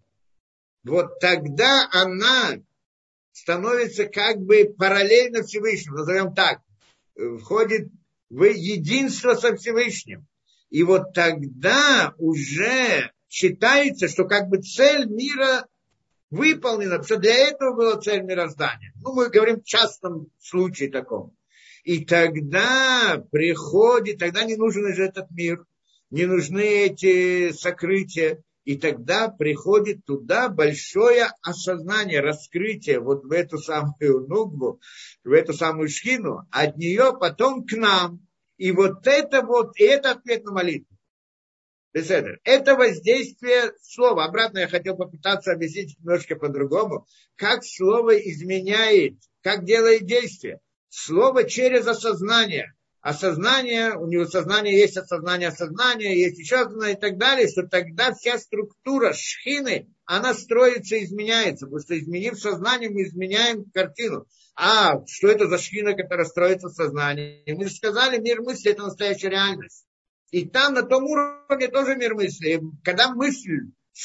вот тогда она становится как бы параллельно Всевышнему, назовем так, входит в единство со Всевышним. И вот тогда уже считается, что как бы цель мира выполнена, потому что для этого была цель мироздания. Ну, мы говорим в частном случае таком. И тогда приходит, тогда не нужен уже этот мир, не нужны эти сокрытия. И тогда приходит туда большое осознание, раскрытие вот в эту самую нугбу, в эту самую шхину, от нее потом к нам. И вот это вот, и это ответ на молитву. Это воздействие слова. Обратно я хотел попытаться объяснить немножко по-другому, как слово изменяет, как делает действие. Слово через осознание. Осознание, у него сознание есть осознание осознания, есть еще осознание и так далее, что тогда вся структура шхины, она строится, изменяется, потому что изменив сознание, мы изменяем картину. А что это за шхина, которая строится в сознании? Мы же сказали, мир мысли – это настоящая реальность. И там на том уровне тоже мир мысли. Когда мысль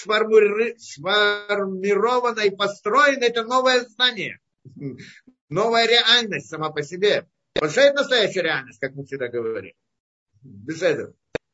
сформирована и построена, это новое знание, новая реальность сама по себе. Потому что это настоящая реальность, как мы всегда говорим. Без этого.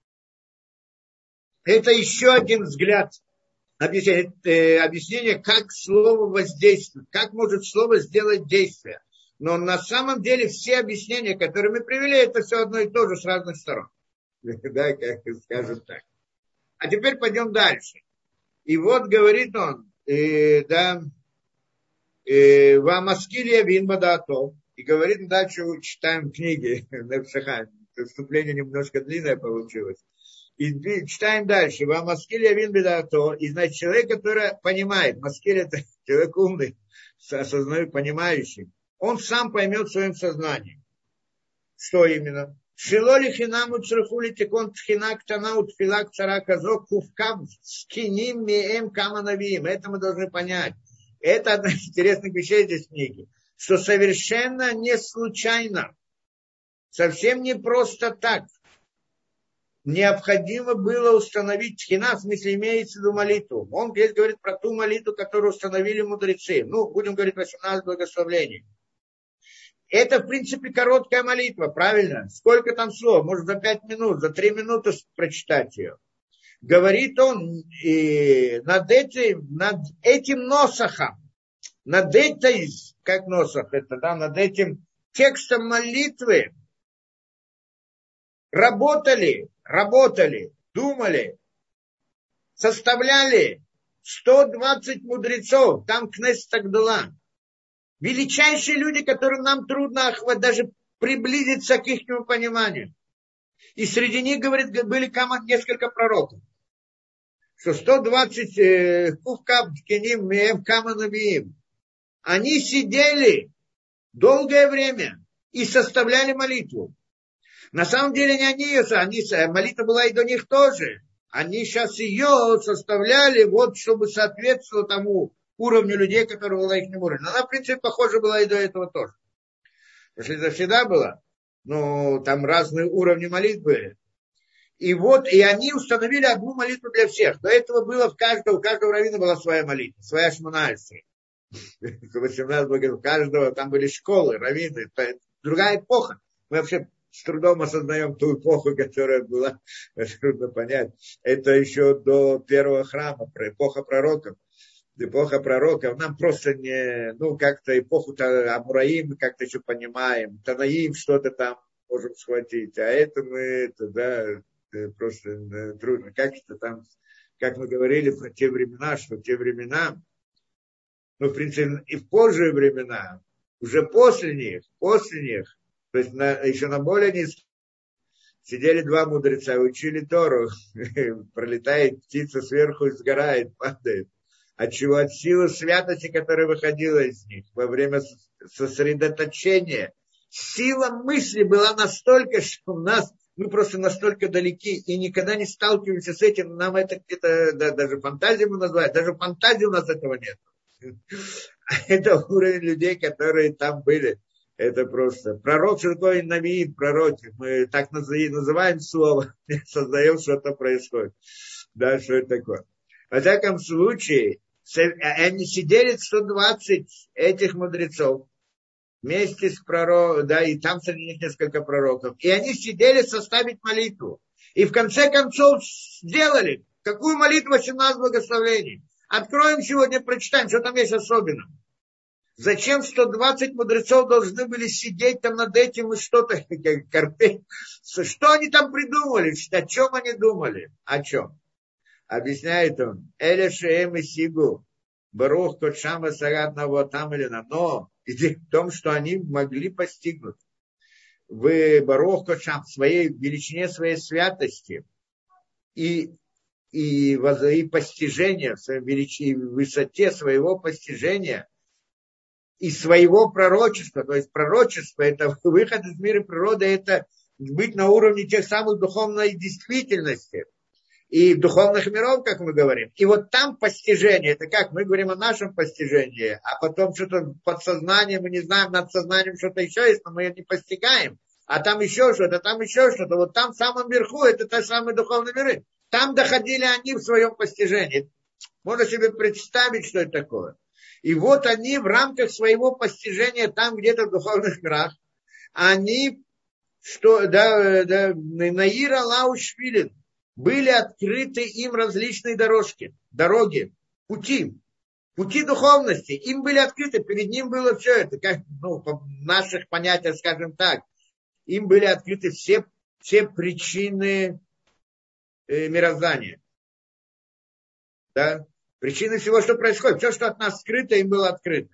Это еще один взгляд, объяснение, э, объяснение, как слово воздействует, как может слово сделать действие. Но на самом деле все объяснения, которые мы привели, это все одно и то же с разных сторон. Да, как скажем так. А теперь пойдем дальше. И вот говорит он, э, да, э, «Вамаскилия винбадато». И говорит, дальше читаем книги. Вступление немножко длинное получилось. И читаем дальше. «Вамаскилия винбадато». И значит, человек, который понимает, маскиль это человек умный, осознает, понимающий, он сам поймет в своем сознании. Что именно? Шилоли хинаму црхули текон тхина ктана утфила кцара казо кувкав скиним миэм каманавиим. Это мы должны понять. Это одна из интересных вещей здесь в книге. Что совершенно не случайно, совсем не просто так, необходимо было установить тхина, в смысле имеется в виду молитву. Он здесь говорит про ту молитву, которую установили мудрецы. Ну, будем говорить про семнадцать благословений. Это, в принципе, короткая молитва, правильно? Сколько там слов? Может, за пять минут, за три минуты прочитать ее. Говорит он и над, этим, над этим носахом, над этой, как носах это, да, над этим текстом молитвы работали, работали, думали, составляли сто двадцать мудрецов, там Кнессет Агдула. Величайшие люди, которым нам трудно даже приблизиться к их пониманию. И среди них, говорит, были несколько пророков. Что сто двадцать кувкав ткиним меем каманавиим. Они сидели долгое время и составляли молитву. На самом деле не они ее, они, молитва была и до них тоже. Они сейчас ее составляли, вот, чтобы соответствовало тому уровню людей, которые была их уровнем. Она, в принципе, похожа была и до этого тоже. Потому что это всегда было. Ну, там разные уровни молитв были. И вот, и они установили одну молитву для всех. До этого было в каждого, у каждого раввина была своя молитва, своя шмонайсра. восемнадцать богов, у каждого, там были школы, раввины, другая эпоха. Мы вообще с трудом осознаем ту эпоху, которая была, трудно понять. Это еще до первого храма, про эпоха пророков. Эпоха пророков, нам просто не, ну, как-то эпоху-то Амураим мы как-то еще понимаем, Танаим что-то там можем схватить, а это мы, это, да, просто да, трудно. Как это там, как мы говорили про те времена, что в те времена, ну, в принципе, и в позже времена, уже после них, после них, то есть на, еще на более низких, сидели два мудреца, учили Тору, пролетает птица сверху и сгорает, падает. Отчего? От силы святости, которая выходила из них во время сосредоточения. Сила мысли была настолько, что у нас, мы просто настолько далеки и никогда не сталкиваемся с этим. Нам это где-то, да, даже фантазию мы называем, даже фантазии у нас этого нет. Это уровень людей, которые там были. Это просто пророк, что такое навиим, пророки. Мы так называем слово, создаем, что-то происходит. Да, что это такое. Во всяком случае, они сидели сто двадцать этих мудрецов вместе с пророком, да, и там среди них несколько пророков. И они сидели составить молитву. И в конце концов сделали. Какую молитву? восемнадцать благословений. Откроем сегодня, прочитаем, что там есть особенного. Зачем сто двадцать мудрецов должны были сидеть там над этим и что-то, корпеть? Что они там придумали? О чем они думали? О чем? Объясняет он, Эля Шеем и Сигу, Барух Кодшама Сарат Навотам или на. Но идея в том, что они могли постигнуть в Барух Кодшам, в своей величине, своей святости и, и, и постижения, в своей величине, в высоте своего постижения и своего пророчества. То есть пророчество, это выход из мира природы, это быть на уровне тех самых духовной действительности. И духовных миров, как мы говорим. И вот там постижение, это как мы говорим о нашем постижении, а потом что-то подсознание, мы не знаем, над сознанием что-то еще есть, но мы это не постигаем. А там еще что-то, там еще что-то. Вот там в самом верху, это те самые духовные миры. Там доходили они в своем постижении. Можно себе представить, что это такое. И вот они в рамках своего постижения, там где-то в духовных мирах, они, что, да, да, Наир Аллаху Швилин, были открыты им различные дорожки, дороги, пути, пути духовности. Им были открыты, перед ним было все это, как, ну, по наших понятиях, скажем так, им были открыты все, все причины э, мироздания. Да? Причины всего, что происходит. Все, что от нас скрыто, им было открыто.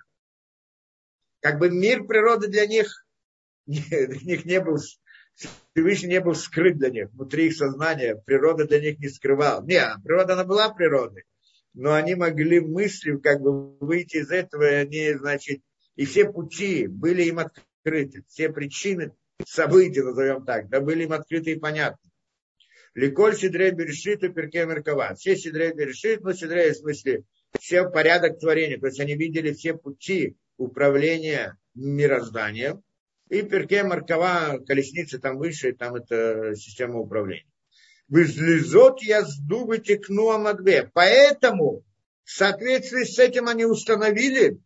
Как бы мир природы для них, для них не был... Всевышний не был скрыт для них, внутри их сознания, природа для них не скрывала. Нет, природа, она была природой, но они могли мыслью как бы выйти из этого, и они, значит, и все пути были им открыты, все причины событий, назовем так, да, были им открыты и понятны. Ликоль Сидрей Берешит и Перкей Меркава. Все Сидрей Берешит, ну, Сидрей в смысле, все порядок творения, то есть они видели все пути управления мирозданием. И Перке Маркова, колесницы там выше, там это система управления. Вызлезот я сдубы текну амадбе. Поэтому в соответствии с этим они установили,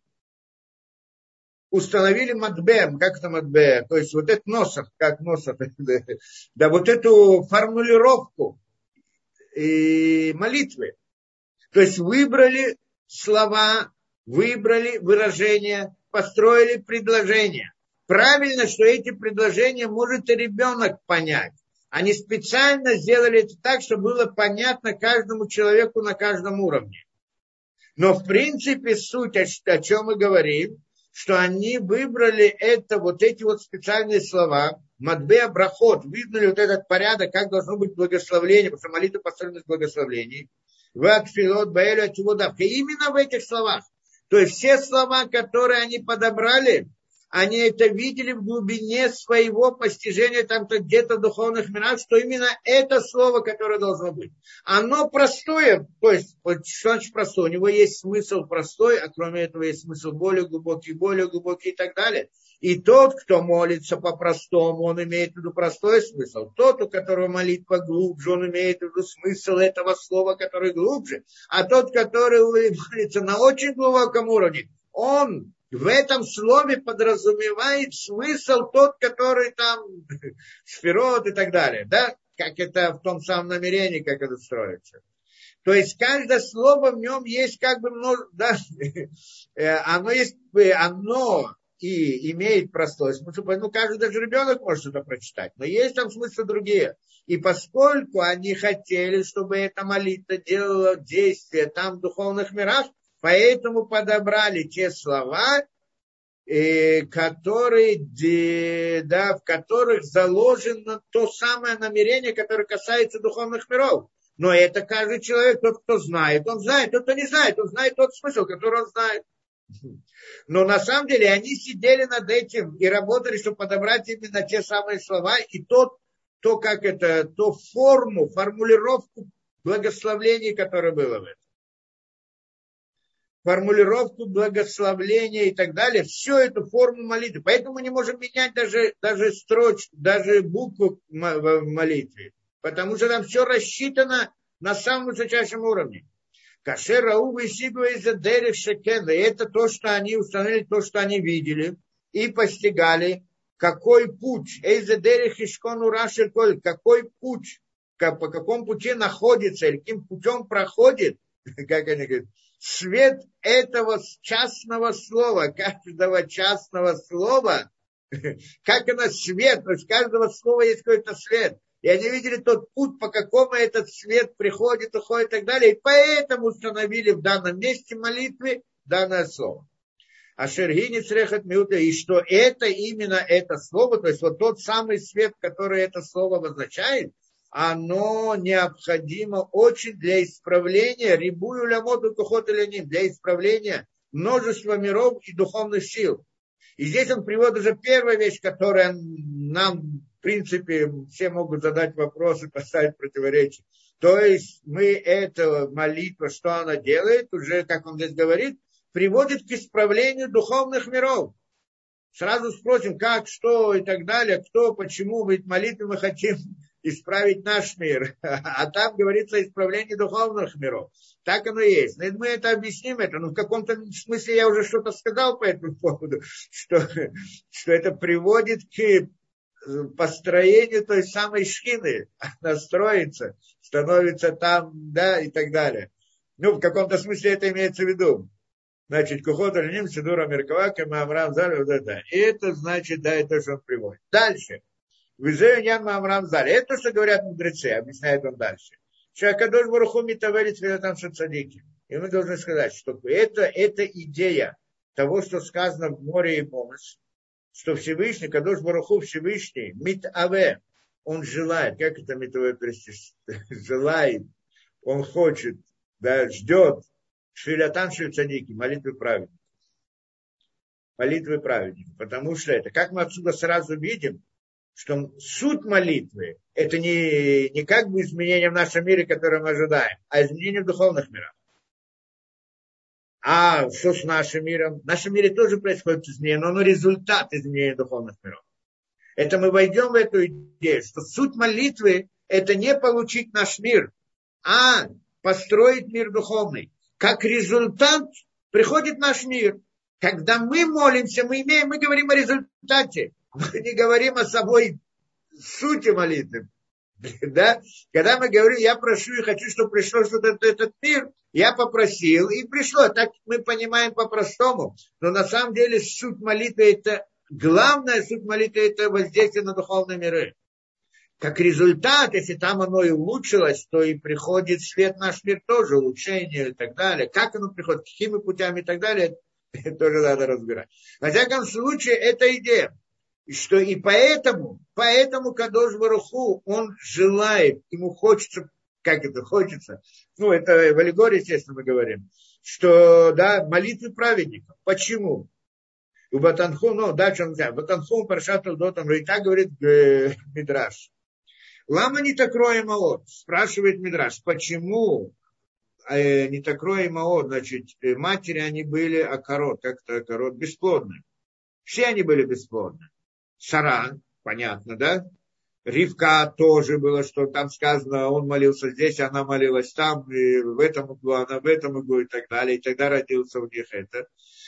установили мадбе, как это мадбе, то есть вот этот носов, как носов, да, вот эту формулировку и молитвы. То есть выбрали слова, выбрали выражения, построили предложения. Правильно, что эти предложения может и ребенок понять. Они специально сделали это так, чтобы было понятно каждому человеку на каждом уровне. Но в принципе суть, о чем мы говорим, что они выбрали это, вот эти вот специальные слова, Мадбе Брахот, выбрали вот этот порядок, как должно быть благословление, потому что молитва построена из благословлений. Вакфилот, Баэлю, Ативудавка. Именно в этих словах. То есть все слова, которые они подобрали, они это видели в глубине своего постижения, там-то где-то в духовных мирах, что именно это слово, которое должно быть. Оно простое, то есть, вот, что значит простое? У него есть смысл простой, а кроме этого есть смысл более глубокий, более глубокий и так далее. И тот, кто молится по-простому, он имеет в виду простой смысл. Тот, у которого молитва глубже, он имеет в виду смысл этого слова, который глубже. А тот, который молится на очень глубоком уровне, он в этом слове подразумевает смысл тот, который там сферот и так далее. Да? Как это в том самом намерении, как это строится. То есть каждое слово в нем есть как бы много, да, оно есть, оно и имеет простой смысл. Ну, каждый даже ребенок может это прочитать. Но есть там смыслы другие. И поскольку они хотели, чтобы эта молитва делала действие там в духовных мирах, поэтому подобрали те слова, которые, да, в которых заложено то самое намерение, которое касается духовных миров. Но это каждый человек, тот, кто знает, он знает, тот, кто не знает, он знает тот смысл, который он знает. Но на самом деле они сидели над этим и работали, чтобы подобрать именно те самые слова и тот, то, как это, то форму, формулировку благословений, которое было в этом. Формулировку благословления и так далее, всю эту форму молитвы. Поэтому мы не можем менять даже, даже строчку, даже букву в молитве. Потому что там все рассчитано на самом высочайшем уровне. Кашер Рау Висигу из Дерех Шекен. И это то, что они установили, то, что они видели и постигали, какой путь. Эйзе Дерех Ишкону Рашель Коль. Какой путь, как, по какому пути находится, или каким путем проходит, как они говорят, свет этого частного слова, каждого частного слова, как оно свет, то есть каждого слова есть какой-то свет. И они видели тот путь, по какому этот свет приходит, уходит и так далее. И поэтому установили в данном месте молитвы данное слово. А Шергини Црехат Миута, и что это именно это слово, то есть вот тот самый свет, который это слово обозначает, оно необходимо очень для исправления рибую лямоту кухот леним, для исправления множества миров и духовных сил. И здесь он приводит уже первая вещь, которая нам, в принципе, все могут задать вопросы, поставить противоречия. То есть мы эту молитву, что она делает, уже, как он здесь говорит, приводит к исправлению духовных миров. Сразу спросим, как, что и так далее, кто, почему, ведь молитвы мы хотим исправить наш мир. А там говорится о исправлении духовных миров. Так оно и есть. Но мы это объясним, это, но в каком-то смысле я уже что-то сказал по этому поводу, что, что это приводит к построению той самой шхины. Она строится, становится там, да, и так далее. Ну, в каком-то смысле это имеется в виду. Значит, Кухот Алиним, Сидура Меркава, Мамрам Заль, вот это. И это значит, да, это что он приводит. Дальше. Визеюнян Мамрам Заль. Это, что говорят мудрецы, объясняет он дальше. Шакадош Баруху Митавелит Филатам Шацадики. И мы должны сказать, что это, это идея того, что сказано в море и помощь, что Всевышний, Кадош Баруху Всевышний, Митаве, он желает, как это Митаве перевести, желает, он хочет, да, ждет, Шфилятан Шильцадики, молитвы праведников. Молитвы праведников. Потому что это, как мы отсюда сразу видим, что суть молитвы, это не, не как бы изменение в нашем мире, которое мы ожидаем, а изменение в духовных мирах. А что с нашим миром? В нашем мире тоже происходит изменение, но оно результат изменения духовных миров. Это мы войдем в эту идею, что суть молитвы – это не получить наш мир, а построить мир духовный. Как результат приходит наш мир. Когда мы молимся, мы имеем, мы говорим о результате. Мы не говорим о самой сути молитвы. Да? Когда мы говорим, я прошу и хочу, чтобы пришло что-то в этот мир, я попросил и пришло. Так мы понимаем по-простому. Но на самом деле суть молитвы это, главная суть молитвы это воздействие на духовные миры. Как результат, если там оно и улучшилось, то и приходит свет в наш мир тоже, улучшение и так далее. Как оно приходит, какими путями и так далее, это тоже надо разбирать. Во всяком случае, это идея. И что и поэтому, поэтому Кадош Баруху, он желает, ему хочется, как это хочется, ну, это в аллегории, естественно, мы говорим, что, да, молитвы праведников. Почему? У Батанху, ну, дальше он говорит, Батанху, Паршат Толдот, и так говорит э, Мидраш. Лама не такое маот, спрашивает Мидраш, почему э, не такое маот, значит, э, матери они были акорот, как-то акорот, бесплодны. Все они были бесплодны. Сара, понятно, да? Ривка тоже было, что там сказано, он молился здесь, она молилась там, и в этом углу, она в этом углу и так далее. И тогда родился у них это.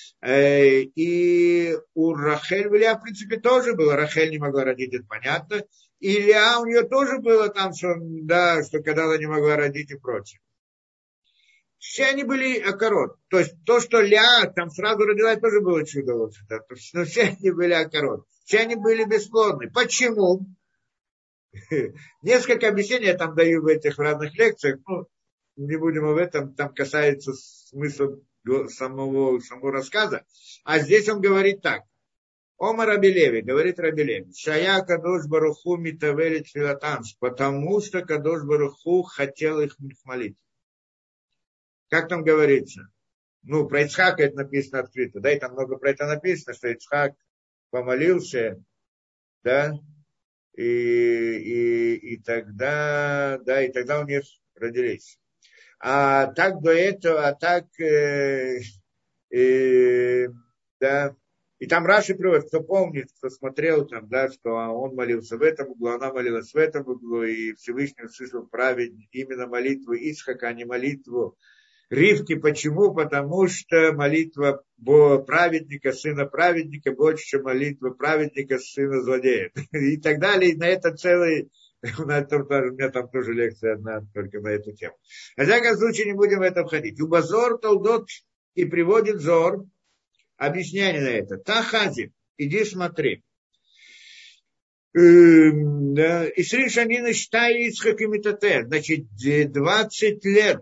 И у Рахель, в Леа, в принципе, тоже было. Рахель не могла родить, это понятно. И Леа у нее тоже было там, что, да, что когда она не могла родить и прочее. Все они были акорот. То есть то, что Леа там сразу родила, тоже было чудо. Вот, да. Но все они были акорот. Все они были бесплодны. Почему? Несколько объяснений я там даю в этих разных лекциях. Ну, не будем об этом. Там касается смысла самого, самого рассказа. А здесь он говорит так. Омар Рабилеви, говорит Рабилеви. Шая Кадош Баруху Митавелит Филатанс. Потому что Кадош Баруху хотел их молить. Как там говорится? Ну, про Ицхака это написано открыто. Да, и там много про это написано, что Ицхак помолился, да, И, и, и тогда, да, и тогда у них родились. А так до этого, а так, э, э, да, и там Раши приводит, кто помнит, кто смотрел там, да, что он молился в этом углу, она молилась в этом углу, и Всевышний услышал праведник именно молитву Ицхака, а не молитву Ривки. Почему? Потому что молитва праведника, сына праведника, больше, чем молитва праведника, сына злодея. И так далее. И на это целый... У меня там тоже лекция одна только на эту тему. В всяком случае, не будем в это входить. У Базор Толдот и приводит Зор объяснение на это. Тахази, иди смотри. Исри Шанина Штай Ицхак и Митате. Значит, двадцать лет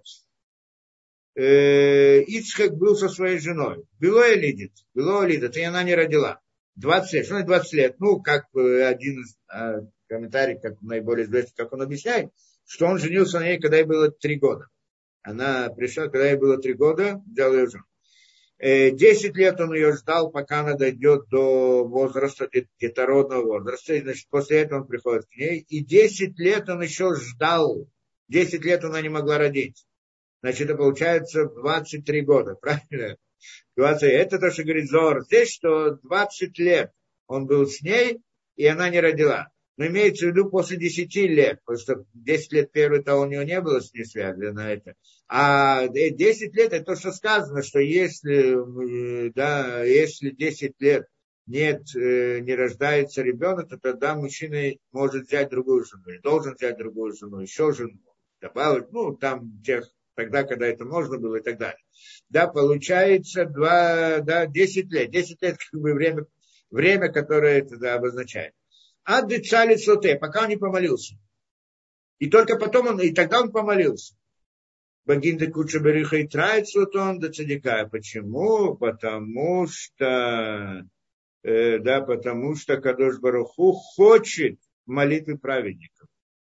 Ицхак был со своей женой. Было лидит, было лидит, и она не родила. двадцать лет, что значит двадцать лет? Ну, как один из а, комментариев, как наиболее известный, как он объясняет, что он женился на ней, когда ей было три года. Она пришла, когда ей было три года, взял ее жену. Десять лет он ее ждал, пока она дойдет до возраста, детородного возраста. И, значит, после этого он приходит к ней. И десять лет он еще ждал. Десять лет она не могла родить. Значит, это получается двадцать три года, правильно? двадцать, это то, что говорит Зор. Здесь, что двадцать лет он был с ней, и она не родила. Но имеется в виду после десяти лет, потому что десять лет первый-то у него не было с ней связи на это. А десять лет, это то, что сказано, что если, да, если десять лет нет, не рождается ребенок, то тогда мужчина может взять другую жену, или должен взять другую жену, еще жену, добавить, ну, там тех, тогда, когда это можно было и так далее. Да, получается два, да, десять лет. десять лет как бы время, время, которое это да, обозначает. А децали соте, пока он не помолился. И только потом он, и тогда он помолился. Багинда куча бериха и трает сотон до цадика. Почему? Потому что, э, да, потому что Кадош Баруху хочет молитвы праведников.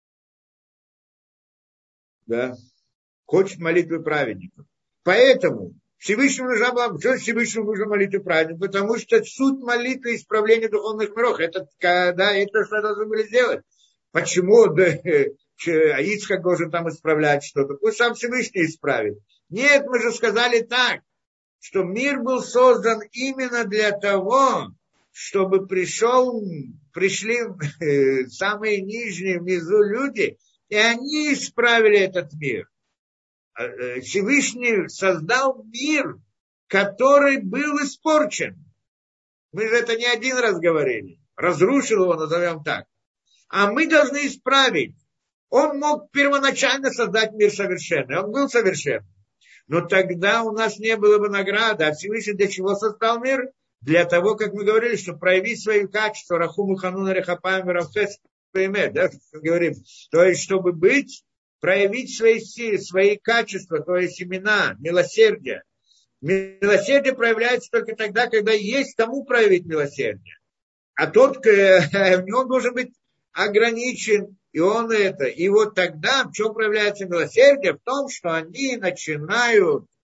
Да. Хочет молитвы праведников. Поэтому Всевышнему нужна была, что Всевышнему нужна молитва праведников? Потому что суть молитвы исправления духовных миров. Это, да, это что должны были сделать. Почему да, Ицхак должен там исправлять что-то? Пусть сам Всевышний исправит. Нет, мы же сказали так, что мир был создан именно для того, чтобы пришел, пришли самые нижние внизу люди, и они исправили этот мир. Всевышний создал мир, который был испорчен. Мы же это не один раз говорили. Разрушил его, назовем так. А мы должны исправить. Он мог первоначально создать мир совершенный. Он был совершенный. Но тогда у нас не было бы награды. А Всевышний для чего создал мир? Для того, как мы говорили, чтобы проявить свои качества. Рахуму хануна рехапаем рафес пеймет. Да, говорим. То есть, чтобы быть, проявить свои силы, свои качества, то есть имена, милосердие. Милосердие проявляется только тогда, когда есть кому проявить милосердие. А тот, он должен быть ограничен, и он это. И вот тогда, в чем проявляется милосердие? В том, что они начинают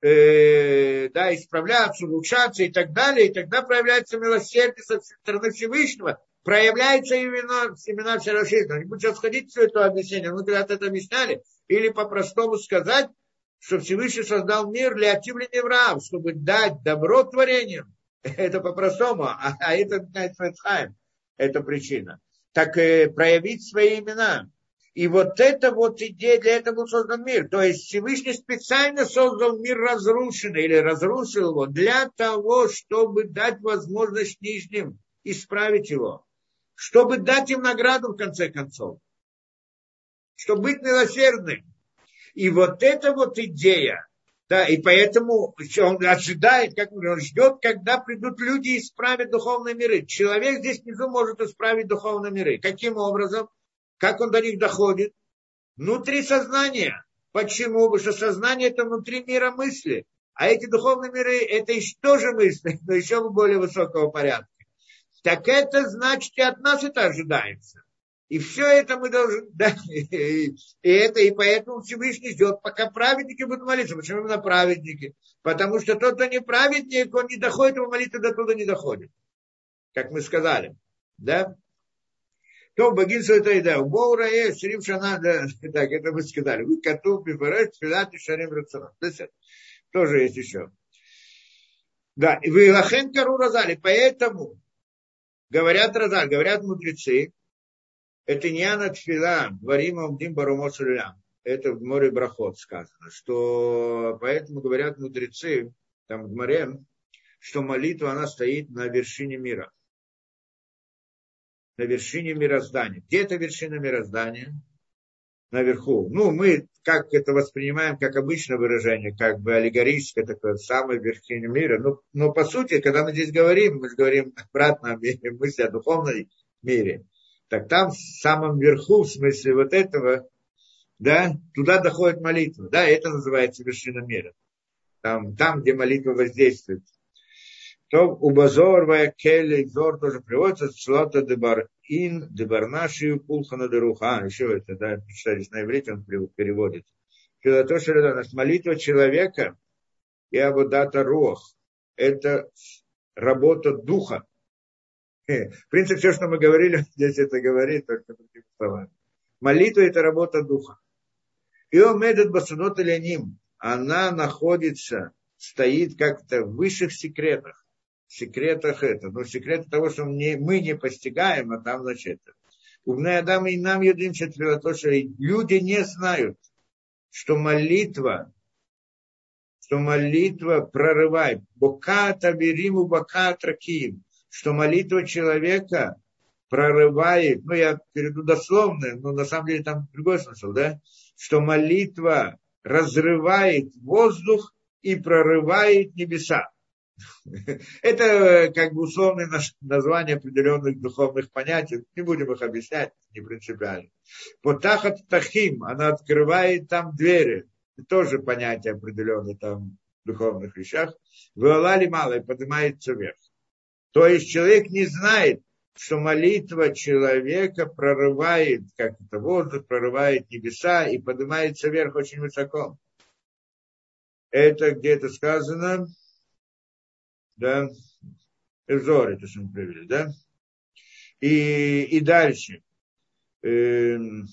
э, да, исправляться, улучшаться и так далее, и тогда проявляется милосердие со стороны Всевышнего, проявляется именно семена Всевышнего. Не буду сейчас ходить все это объяснение, мы когда-то это объясняли, или по-простому сказать, что Всевышний создал мир для отивления врагов, чтобы дать добро творениям. Это по-простому, а, а это это причина. Так э, проявить свои имена. И вот это вот идея, для этого был создан мир. То есть Всевышний специально создал мир разрушенный или разрушил его для того, чтобы дать возможность нижним исправить его. Чтобы дать им награду в конце концов. Чтобы быть милосердным. И вот эта вот идея, да, и поэтому он ожидает, как он ждет, когда придут люди и исправят духовные миры. Человек здесь внизу может исправить духовные миры. Каким образом? Как он до них доходит? Внутри сознания. Почему? Потому что сознание это внутри мира мысли. А эти духовные миры это еще тоже мысли, но еще более высокого порядка. Так это значит и от нас это ожидается. И все это мы должны... Да, и, и, это, и поэтому Всевышний ждет, пока праведники будут молиться. Почему именно праведники? Потому что тот, кто не праведник, он не доходит, его молитва до туда не доходит. Как мы сказали. Да? То богин это и да. У Боура есть, Шрим Шана, да, так, это мы сказали. Вы коту, пифареш, филат и шарим рацанат. Тоже есть еще. Да, и вы лахен кару разали. Поэтому говорят разали, говорят мудрецы, это не анатфила, варима умдим барумот сулям. Это в море Брахот сказано, что поэтому говорят мудрецы, там в море, что молитва, она стоит на вершине мира. На вершине мироздания. Где это вершина мироздания? Наверху. Ну, мы как это воспринимаем, как обычное выражение, как бы аллегорическое, такое, самое вершине мира. Но, но по сути, когда мы здесь говорим, мы говорим обратно о мире, мысли о духовном мире. Так там в самом верху, в смысле вот этого, да, туда доходит молитва. Да, это называется вершина мира. Там, там где молитва воздействует. То у Базор, Ваякеле, Зор тоже приводится, Шлата Дебар Ин, Дебарнаши, Пулхана Деруха. А, еще это, да, читали на иврите, он переводит. То, что молитва человека и Абудата Руах. Это работа духа. В принципе, все, что мы говорили, здесь это говорит, только другими словами. Молитва – это работа духа. И омедет басунот эляним. Она находится, стоит как-то в высших секретах. В секретах это. Но секреты того, что мы не, мы не постигаем, а там, значит, это. Умные Адамы и нам едим четверо, что люди не знают, что молитва, что молитва прорывает. Боката бериму боката киим. Что молитва человека прорывает, ну я перейду дословно, но на самом деле там другой смысл, да? Что молитва разрывает воздух и прорывает небеса. Это как бы условное название определенных духовных понятий, не будем их объяснять, не принципиально. Потахат тахим, она открывает там двери, тоже понятие определенное там в духовных вещах. Вуалали мало и поднимается вверх. То есть человек не знает, что молитва человека прорывает, как это воздух, прорывает небеса и поднимается вверх очень высоко. Это где-то сказано, да, Эзор, это что мы привели, да. И, и дальше. Эм,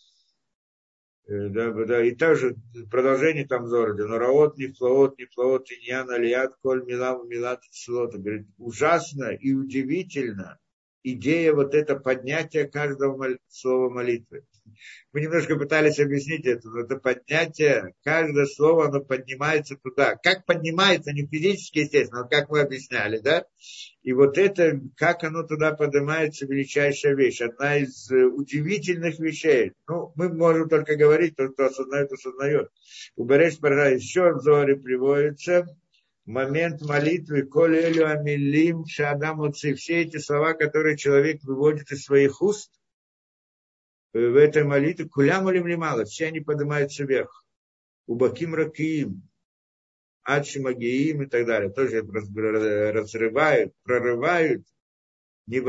Да, да, и также продолжение там Зорода. Но раот, не флаот, не флаот, и ньян, алият, коль, милам, милат, слота. Говорит, ужасно и удивительно идея вот это поднятия каждого мол... слова молитвы. Мы немножко пытались объяснить это, но это поднятие, каждое слово, оно поднимается туда. Как поднимается, не физически, естественно, но как мы объясняли, да? И вот это, как оно туда поднимается, величайшая вещь. Одна из удивительных вещей. Ну, мы можем только говорить, тот, кто осознает, осознает. У Береш Парга еще в Зоре приводится момент молитвы, коль элю амилим шадам отцы. Все эти слова, которые человек выводит из своих уст, в этой молитве, кулям или мало, все они поднимаются вверх. Убаким ракиим, ачимагиим и так далее. Тоже разрывают, прорывают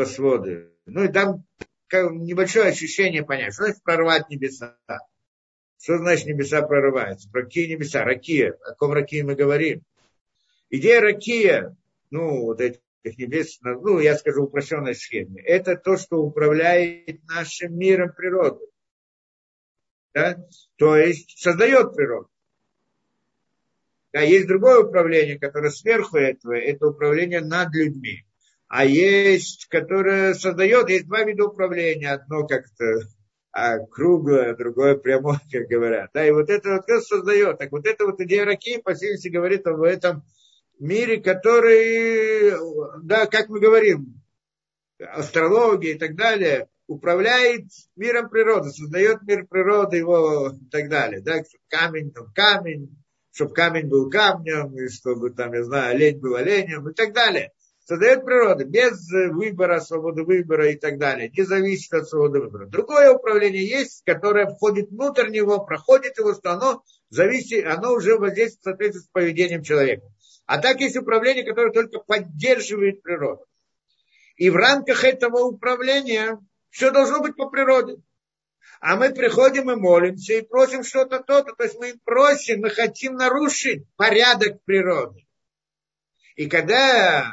небосводы. Ну и там небольшое ощущение понять, что значит прорвать небеса. Что значит небеса прорываются? Про какие небеса? Ракия. О ком ракии мы говорим? Идея ракия, ну, вот этих небес, ну, я скажу в упрощенной схеме, это то, что управляет нашим миром природы. Да? То есть создает природу. Да, есть другое управление, которое сверху этого, это управление над людьми. А есть, которое создает, есть два вида управления. Одно как-то а, круглое, другое прямое, как говорят. Да, и вот это вот кто создает. Так вот эта вот идея Раки, по сути, говорит об этом мире, который, да, как мы говорим, астрология и так далее, управляет миром природы, создает мир природы его и так далее. Да, камень, там камень, чтобы камень был камнем, и чтобы там, я знаю, олень был оленем и так далее. Создает природу без выбора, свободы выбора и так далее. Не зависит от свободы выбора. Другое управление есть, которое входит внутрь него, проходит его, что оно зависит, оно уже воздействует в соответствии с поведением человека. А так есть управление, которое только поддерживает природу. И в рамках этого управления все должно быть по природе. А мы приходим и молимся, и просим что-то то-то. То есть мы просим, мы хотим нарушить порядок природы. И когда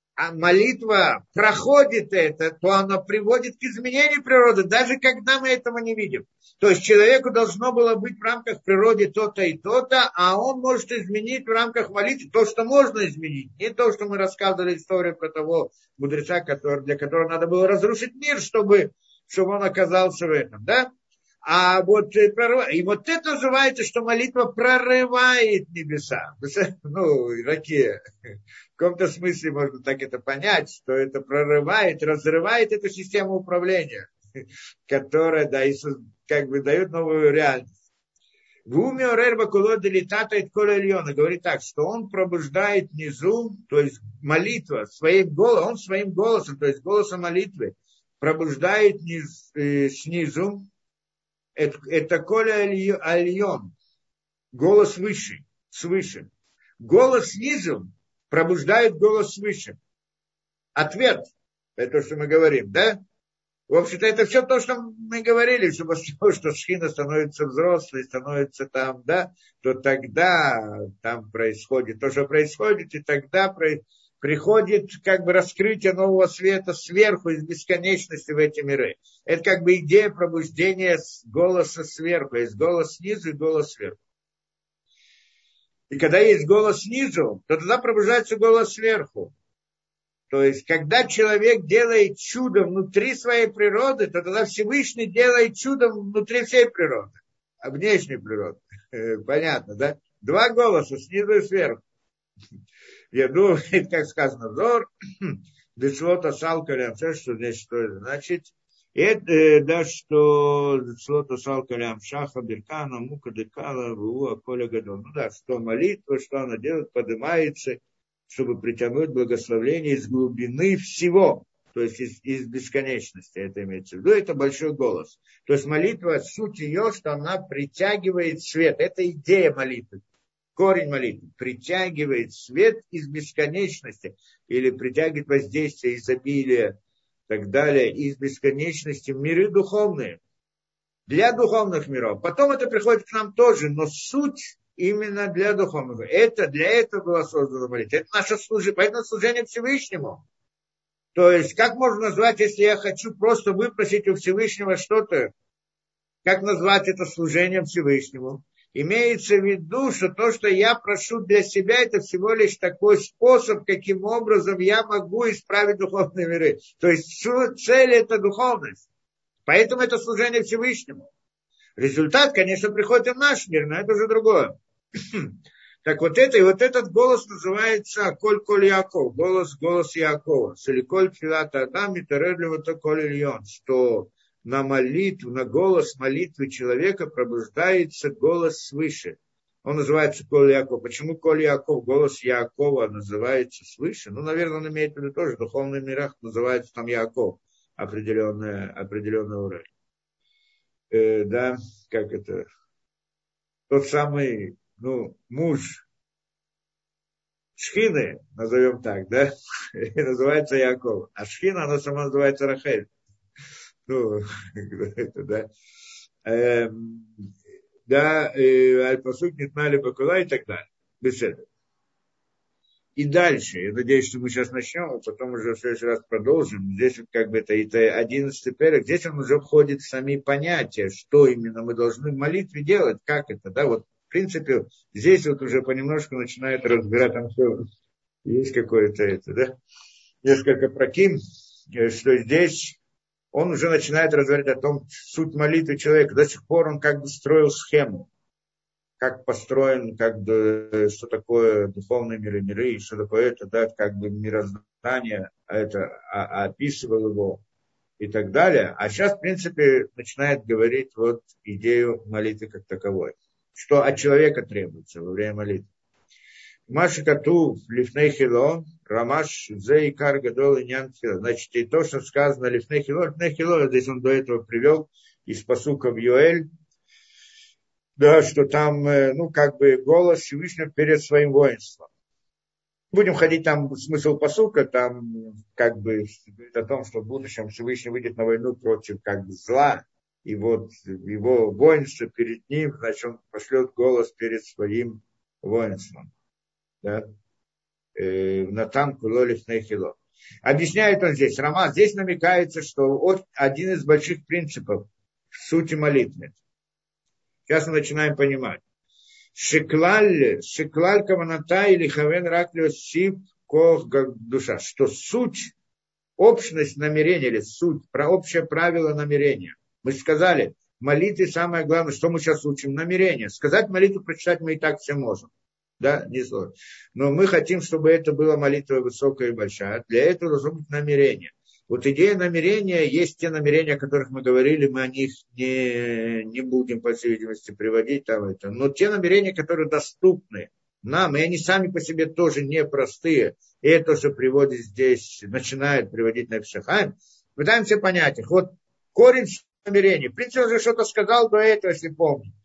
молитва проходит это, то она приводит к изменению природы, даже когда мы этого не видим. То есть человеку должно было быть в рамках природы то-то и то-то, а он может изменить в рамках молитвы то, что можно изменить. Не то, что мы рассказывали историю про того мудреца, который, для которого надо было разрушить мир, чтобы, чтобы он оказался в этом, да? А вот, и вот это называется, что молитва прорывает небеса. Ну, такие, в каком-то смысле можно так это понять, что это прорывает, разрывает эту систему управления, которая да, как бы дает новую реальность. В уме орерба кулода летата и тколя ильона говорит так, что он пробуждает внизу, то есть молитва своим голосом, он своим голосом, то есть голосом молитвы, пробуждает низ, э, снизу. Это, это коля альон, голос выше, свыше. Голос снизу пробуждает голос свыше. Ответ, это то, что мы говорим, да? В общем-то, это все то, что мы говорили, что после того, что шхина становится взрослой, становится там, да, то тогда там происходит то, что происходит, и тогда происходит. Приходит как бы раскрытие нового света сверху, из бесконечности в эти миры. Это как бы идея пробуждения голоса сверху. Есть голос снизу и голос сверху. И когда есть голос снизу, то тогда пробуждается голос сверху. То есть, когда человек делает чудо внутри своей природы, то тогда Всевышний делает чудо внутри всей природы. А внешней природы. Понятно, да? Два голоса, снизу и сверху. Я думаю, как сказано, взор, децлота салкалям, что здесь что это значит? Это, да, что децлота салкалям шаха, беркана, мука, декала, вуа, коля, гадон. Ну да, что молитва, что она делает, поднимается, чтобы притянуть благословение из глубины всего, то есть из, из бесконечности, это имеется в виду, это большой голос. То есть молитва, суть ее, что она притягивает свет, это идея молитвы. Корень молитвы притягивает свет из бесконечности или притягивает воздействие, изобилия и так далее из бесконечности в миры духовные для духовных миров. Потом это приходит к нам тоже, но суть именно для духовных. Это для этого была создана молитва. Это наше служение, поэтому служение Всевышнему. То есть, как можно назвать, если я хочу просто выпросить у Всевышнего что-то, как назвать это служением Всевышнему? Имеется в виду, что то, что я прошу для себя, это всего лишь такой способ, каким образом я могу исправить духовные миры. То есть цель – это духовность. Поэтому это служение Всевышнему. Результат, конечно, приходит и в наш мир, но это уже другое. Так вот это, и вот этот голос называется «Коль коль Яков», голос, голос Якова. «Селиколь тфилат адам и терерлива коль ильон», что на молитву, на голос молитвы человека пробуждается голос свыше. Он называется Коль Яков. Почему Коль Яков? Голос Якова называется свыше. Ну, наверное, он имеет в виду тоже. В духовных мирах называется там Яков. Определенный, определенный уровень. Э, да, как это? Тот самый, ну, муж Шхины, назовем так, да, называется Яков. А Шхина, она сама называется Рахель. Ну, это, да. Эм, да, э, посуд не знали бакула и так далее. Беседа. И дальше, я надеюсь, что мы сейчас начнем, а потом уже в следующий раз продолжим. Здесь вот как бы это, это одиннадцатый перек, здесь он уже входит в сами понятия, что именно мы должны в молитве делать, как это, да, вот в принципе здесь вот уже понемножку начинает разбирать, там все, есть какое-то это, да, несколько проким, что здесь он уже начинает разбирать о том, суть молитвы человека. До сих пор он как бы строил схему, как построен, как бы, что такое духовные миры, миры, и что такое это, да, как бы мироздание, это, а, а описывал его и так далее. А сейчас, в принципе, начинает говорить вот идею молитвы как таковой. Что от человека требуется во время молитвы. Маши Кату Лифней Хило, Рамаш Зей Кар Гадол и Нян Хило. Значит, и то, что сказано Лифней Хило, Лифней Хило, здесь он до этого привел из пасука в Йоэль, да, что там, ну, как бы голос Всевышнего перед своим воинством. Будем ходить там, смысл пасука, там, как бы, говорит о том, что в будущем Всевышний выйдет на войну против, как бы, зла, и вот его воинство перед ним, значит, он пошлет голос перед своим воинством. Да? Натан Кулолев Нехило. Объясняет он здесь, Рама, здесь намекается, что один из больших принципов в сути молитвы. Сейчас мы начинаем понимать. Шеклаль, шеклаль каваната или хавен раклио сип кох душа. Что суть, общность намерения, или суть, про общее правило намерения. Мы сказали, в молитве самое главное, что мы сейчас учим, намерение. Сказать молитву, прочитать мы и так все можем. Да, не сложно. Но мы хотим, чтобы это была молитва высокая и большая. Для этого должно быть намерение. Вот идея намерения, есть те намерения, о которых мы говорили, мы о них не, не будем, по всей видимости, приводить. Там это. Но те намерения, которые доступны нам, и они сами по себе тоже непростые, и это, что приводит здесь, начинает приводить на Пшахайм, пытаемся понять их. Вот корень намерений. В принципе, он уже что-то сказал до этого, если помните,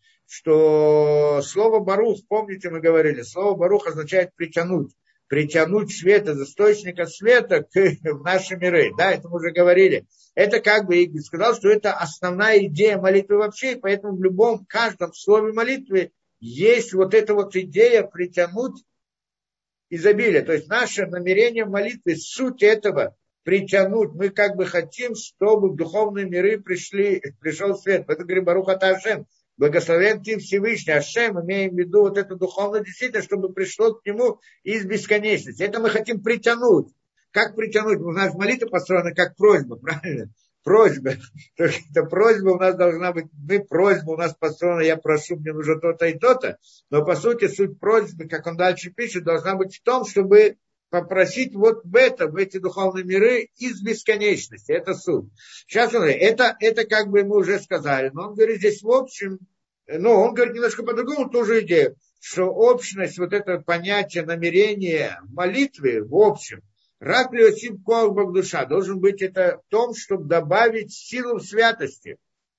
что слово «барух», помните, мы говорили, слово «барух» означает «притянуть». Притянуть свет из источника света к, в наши миры. Да, это мы уже говорили. Это как бы Игорь сказал, что это основная идея молитвы вообще, и поэтому в любом, каждом слове молитвы есть вот эта вот идея притянуть изобилие. То есть наше намерение молитвы, суть этого притянуть. Мы как бы хотим, чтобы в духовные миры пришли, пришел свет. Поэтому говорим Барух ата Ашем. Благословен ты Всевышний, Ашем, имеем в виду вот это духовное действительно, чтобы пришло к нему из бесконечности. Это мы хотим притянуть. Как притянуть? У нас молитва построена как просьба, правильно? Просьба. Это просьба у нас должна быть, мы просьба у нас построена, я прошу, мне нужно то-то и то-то. Но по сути суть просьбы, как он дальше пишет, должна быть в том, чтобы попросить вот в это, в эти духовные миры из бесконечности. Это суть. Сейчас он говорит, это, это как бы мы уже сказали, но он говорит здесь в общем, ну, он говорит немножко по-другому, тоже идею, что общность, вот это понятие намерения молитвы в общем, рак леосим колбак душа, должен быть это в том, чтобы добавить силу в святости.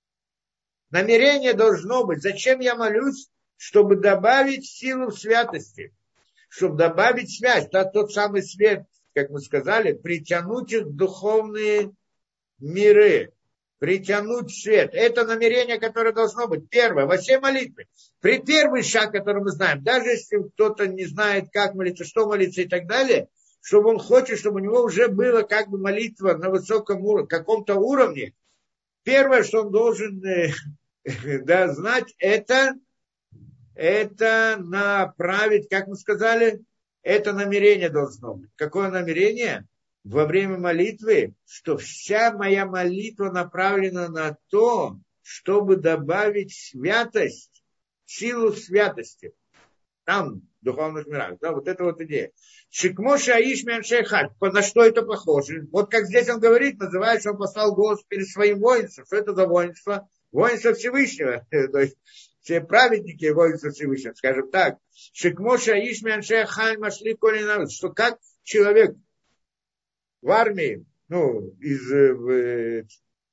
Намерение должно быть, зачем я молюсь, чтобы добавить силу в святости. Чтобы добавить связь, да, тот самый свет, как мы сказали, притянуть их в духовные миры, притянуть свет. Это намерение, которое должно быть первое во всей молитве. При первый шаг, который мы знаем, даже если кто-то не знает, как молиться, что молиться и так далее, чтобы он хочет, чтобы у него уже была как бы молитва на высоком уровне, каком-то уровне, первое, что он должен да, знать, это... это направить, как мы сказали, это намерение должно быть. Какое намерение? Во время молитвы, что вся моя молитва направлена на то, чтобы добавить святость, силу святости. Там, в духовных мирах. Да, вот это вот идея. Шикмоша Аишмян Шейхаль. На что это похоже? Вот как здесь он говорит, называется, он послал голос перед своим воинством. Что это за воинство? Воинство Всевышнего. То есть, все праведники воинства Всевышнего, скажем так, Шикмоша Ишмян Шехаль Машли Колинавит, что как человек в армии, ну, из в,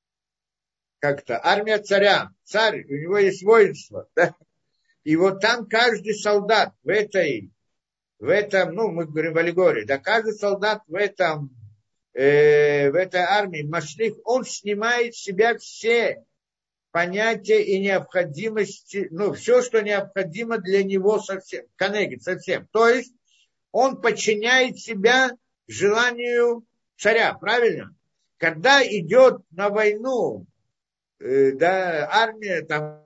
как-то армия царя, царь, у него есть воинство, да? И вот там каждый солдат в этой, в этом, ну, мы говорим в аллегории, да, каждый солдат в этом, э, в этой армии, Машлих, он снимает с себя все понятие и необходимости, ну, все, что необходимо для него совсем, коннегит совсем. То есть он подчиняет себя желанию царя, правильно? Когда идет на войну, э, да, армия, там,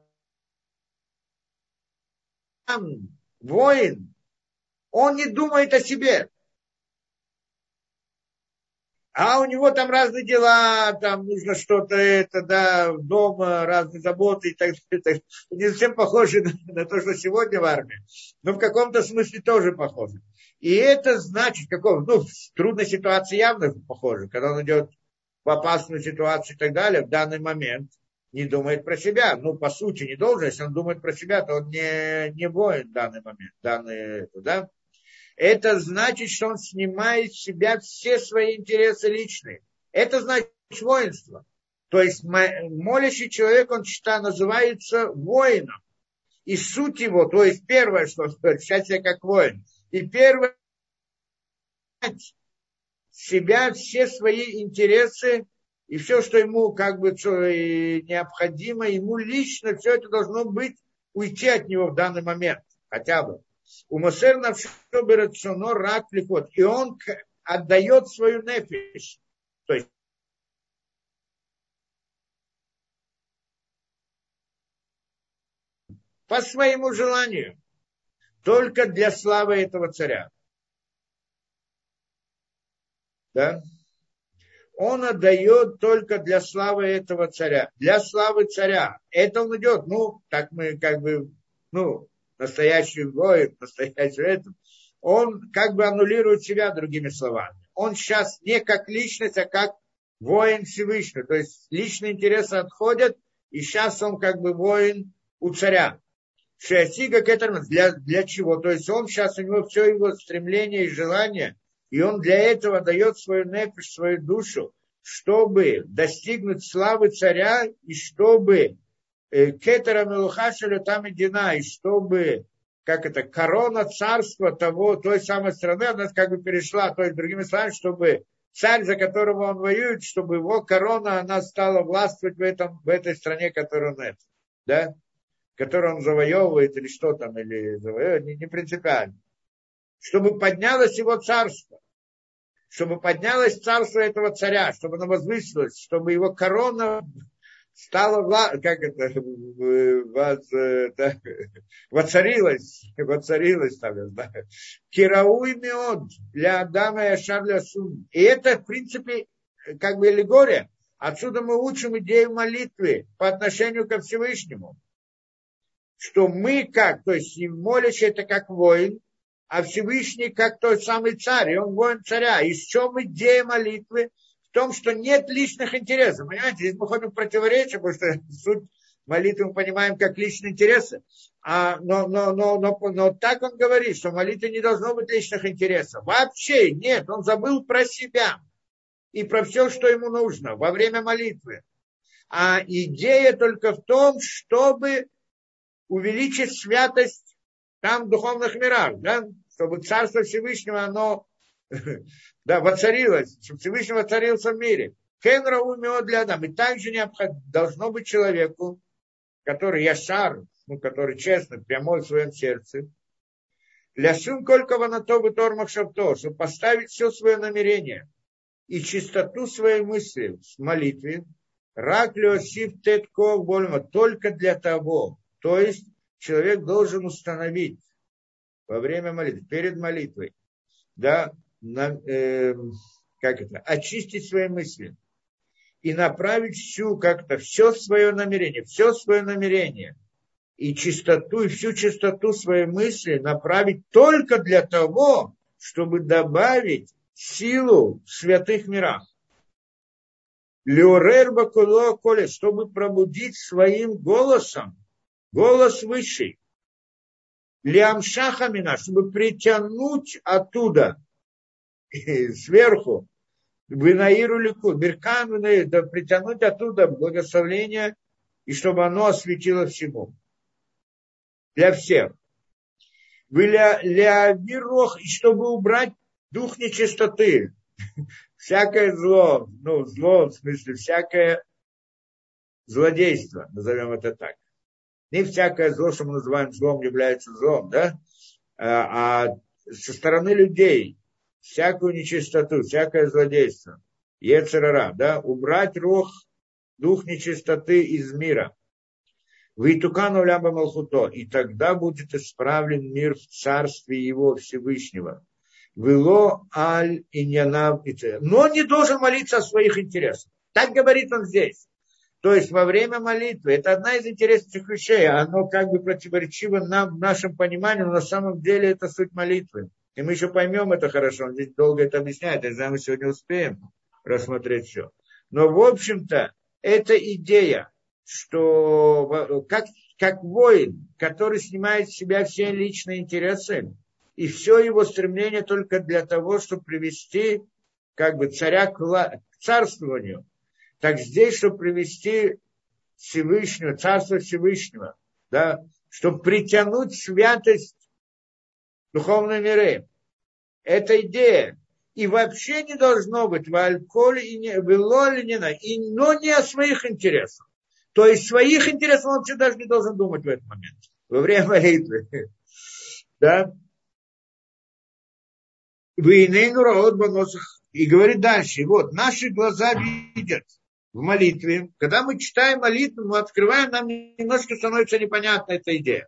там воин, он не думает о себе. А у него там разные дела, там нужно что-то, это, да, дома, разные заботы и так далее. Не совсем похоже на, на то, что сегодня в армии, но в каком-то смысле тоже похоже. И это значит, какого, ну, в трудной ситуации явно похоже, когда он идет в опасную ситуацию и так далее, в данный момент не думает про себя. Ну, по сути, не должен, если он думает про себя, то он не, не воин в данный момент, в данный, да. Это значит, что он снимает с себя все свои интересы личные. Это значит воинство. То есть молящий человек, он считает, называется воином. И суть его, то есть первое, что он говорит, сейчас я как воин. И первое, себя все свои интересы и все, что ему как бы необходимо, ему лично все это должно быть, уйти от него в данный момент, хотя бы. У Мосер навшо берецоно рак лихот. И он отдает свою нефиш. То есть по своему желанию. Только для славы этого царя. Да? Он отдает только для славы этого царя. Для славы царя. Это он идет. Ну, так мы как бы, ну, настоящий воин, настоящий это. Он как бы аннулирует себя, другими словами. Он сейчас не как личность, а как воин Всевышнего. То есть личные интересы отходят, и сейчас он как бы воин у царя. Шиасига к этому для, для чего? То есть он сейчас, у него все его стремление и желание, и он для этого дает свою нефиш, свою душу, чтобы достигнуть славы царя, и чтобы кетера мелухашеля там и дина, и чтобы, как это, корона царства того, той самой страны, она как бы перешла, то есть, другими словами, чтобы царь, за которого он воюет, чтобы его корона, она стала властвовать в, этом, в этой стране, которую он это, да, которую он завоевывает, или что там, или завоевывает, не, не принципиально. Чтобы поднялось его царство, чтобы поднялось царство этого царя, чтобы оно возвысилось, чтобы его корона стала, как это, воз, да, воцарилась, воцарилась там, я знаю. Кирауй миод для Адама и Ашар для Сун. И это, в принципе, как бы аллегория. Отсюда мы учим идею молитвы по отношению ко Всевышнему. Что мы как, то есть молящий это как воин, а Всевышний как тот самый царь, и он воин царя. И в чем идея молитвы? В том, что нет личных интересов. Понимаете, здесь мы ходим в противоречие, потому что суть молитвы мы понимаем как личные интересы. А, но, но, но, но, но так он говорит, что в молитве не должно быть личных интересов. Вообще нет, он забыл про себя и про все, что ему нужно во время молитвы. А идея только в том, чтобы увеличить святость там в духовных мирах, да? Чтобы Царство Всевышнего, оно да, воцарилось, чтобы Всевышний воцарился в мире. Хенра умео для Адама. И также необходимо, должно быть человеку, который яшар, ну, который честно, прямой в своем сердце, ляшун колького на то бы тормах шавто, чтобы поставить все свое намерение и чистоту своей мысли в молитве, рак леосиф тетко больма, только для того. То есть человек должен установить во время молитвы, перед молитвой, да, на, э, как это, очистить свои мысли и направить всю, как-то, все свое намерение, все свое намерение и чистоту, и всю чистоту своей мысли направить только для того, чтобы добавить силу в святых мирах. Леорер бакуло коле, чтобы пробудить своим голосом, голос высший. Лиамшахамина, чтобы притянуть оттуда, сверху, Винаиру лику, Биркан, да притянуть оттуда благословение, и чтобы оно осветило всему. Для всех. Леавирох, и чтобы убрать дух нечистоты. Всякое зло, ну, зло, в смысле, всякое злодейство, назовем это так. Не всякое зло, что мы называем злом, является злом, да? А, а со стороны людей всякую нечистоту, всякое злодейство, йецер ара, да, убрать рох, дух нечистоты из мира. Вейтукану ляба малхуто, и тогда будет исправлен мир в царстве его Всевышнего. Вело аль иньянав ите. Но он не должен молиться о своих интересах. Так говорит он здесь. То есть во время молитвы, это одна из интересных вещей, оно как бы противоречиво нам, в нашем понимании, но на самом деле это суть молитвы. И мы еще поймем это хорошо, он здесь долго это объясняет, я знаю, мы сегодня успеем рассмотреть все. Но в общем-то, эта идея, что как, как воин, который снимает с себя все личные интересы, и все его стремление только для того, чтобы привести как бы царя к, к царствованию, так здесь, чтобы привести Всевышнего, Царство Всевышнего, да, чтобы притянуть святость духовной миры. Это идея. И вообще не должно быть в алькоголе и не в и но не о своих интересах. То есть своих интересов он вообще даже не должен думать в этот момент, во время молитвы. Да? И говорит дальше, вот, наши глаза видят в молитве. Когда мы читаем молитву, мы открываем, нам немножко становится непонятна эта идея.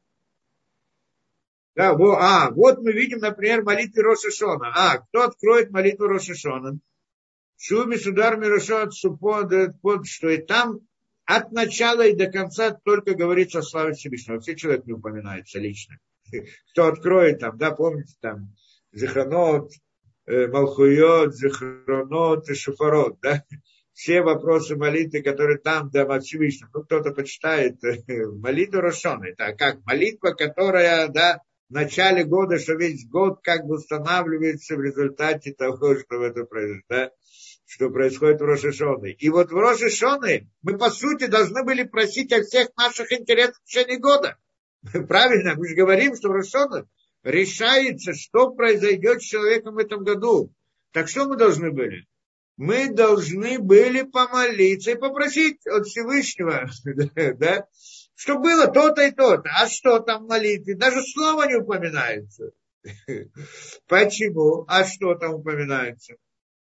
Да, во, а, вот мы видим, например, молитву Рош ха-Шана. А, кто откроет молитву Рош ха-Шана? Шуми судар мирошо от супо, что и там от начала и до конца только говорится о славе Всевышнего. Вообще человек не упоминается лично. Кто откроет там, да, помните, там, Зихранот, Малхуйот, Зихранот и Шуфарот, да? Все вопросы молитвы, которые там, да, от Всевышнего. Ну, кто-то почитает молитву Рошона. Это как молитва, которая, да, в начале года, что весь год как бы устанавливается в результате того, что это происходит, да, что происходит в Рош ха-Шана. И вот в Рош ха-Шана мы, по сути, должны были просить о всех наших интересах в течение года. Правильно, мы же говорим, что в Рош ха-Шана решается, что произойдет с человеком в этом году. Так что мы должны были? Мы должны были помолиться и попросить от Всевышнего, да, что было то-то и то-то. А что там в молитве? Даже слово не упоминается. Почему? А что там упоминается?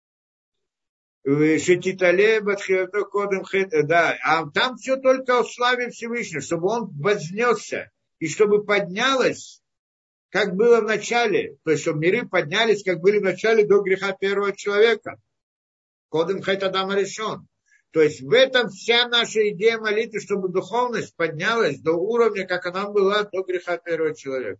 Да, а там все только о славе Всевышнего, чтобы он вознесся и чтобы поднялось, как было в начале, то есть чтобы миры поднялись, как были в начале до греха первого человека. Кодем хэт адам решен. То есть в этом вся наша идея молитвы, чтобы духовность поднялась до уровня, как она была до греха первого человека.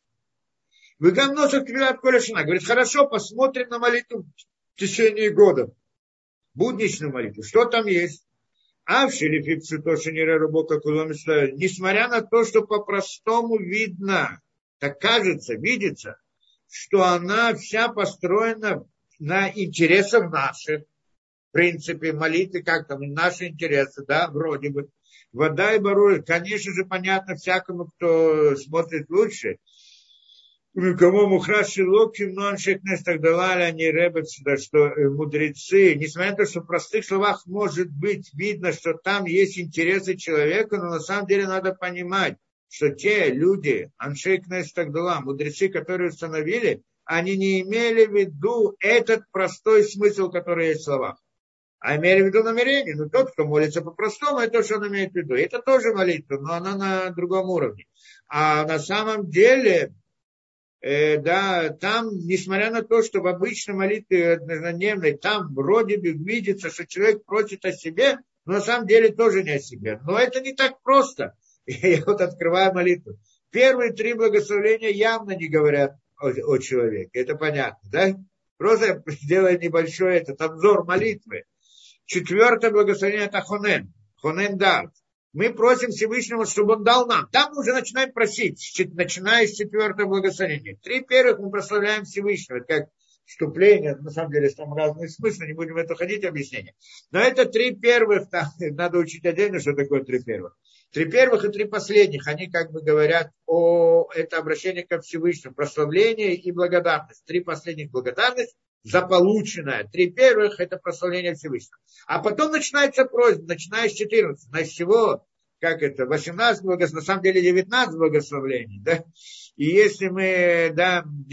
Выгамносов квилат колешина. Говорит, хорошо, посмотрим на молитву в течение года. Будничную молитву. Что там есть? А в шерифипцу то, что не рабока куломисла, несмотря на то, что по-простому видно, так кажется, видится, что она вся построена на интересах наших. В принципе, молитвы, как там, наши интересы, да, вроде бы. Вода и барур, конечно же, понятно всякому, кто смотрит лучше. Кому мухраши локим, но он шекнес так далее, они ребятся, что мудрецы, несмотря на то, что в простых словах может быть видно, что там есть интересы человека, но на самом деле надо понимать, что те люди, аншейкнес так далее, мудрецы, которые установили, они не имели в виду этот простой смысл, который есть в словах. А имели в виду намерение. Но тот, кто молится по-простому, это то, что он имеет в виду. Это тоже молитва, но она на другом уровне. А на самом деле, э, да, там, несмотря на то, что в обычной молитве однодневной, там вроде бы видится, что человек просит о себе, но на самом деле тоже не о себе. Но это не так просто. Я вот открываю молитву. Первые три благословения явно не говорят о, о человеке. Это понятно, да? Просто сделаем небольшой этот обзор молитвы. Четвертое благословение – это хонен. Хонен дат. Мы просим Всевышнего, чтобы он дал нам. Там мы уже начинаем просить, начиная с четвертого благословения. Три первых мы прославляем Всевышнего. Это как вступление. На самом деле, там разные смыслы. Не будем в это ходить, объяснение. Но это три первых. Там, надо учить отдельно, что такое три первых. Три первых и три последних. Они как бы говорят о это обращение ко Всевышнему. Прославление и благодарность. Три последних благодарность. заполученное. Три первых – это прославление Всевышнего. А потом начинается просьба, начиная с четырнадцати. Значит, всего, как это, восемнадцать благословений, на самом деле девятнадцать благословений. Да? И если мы дам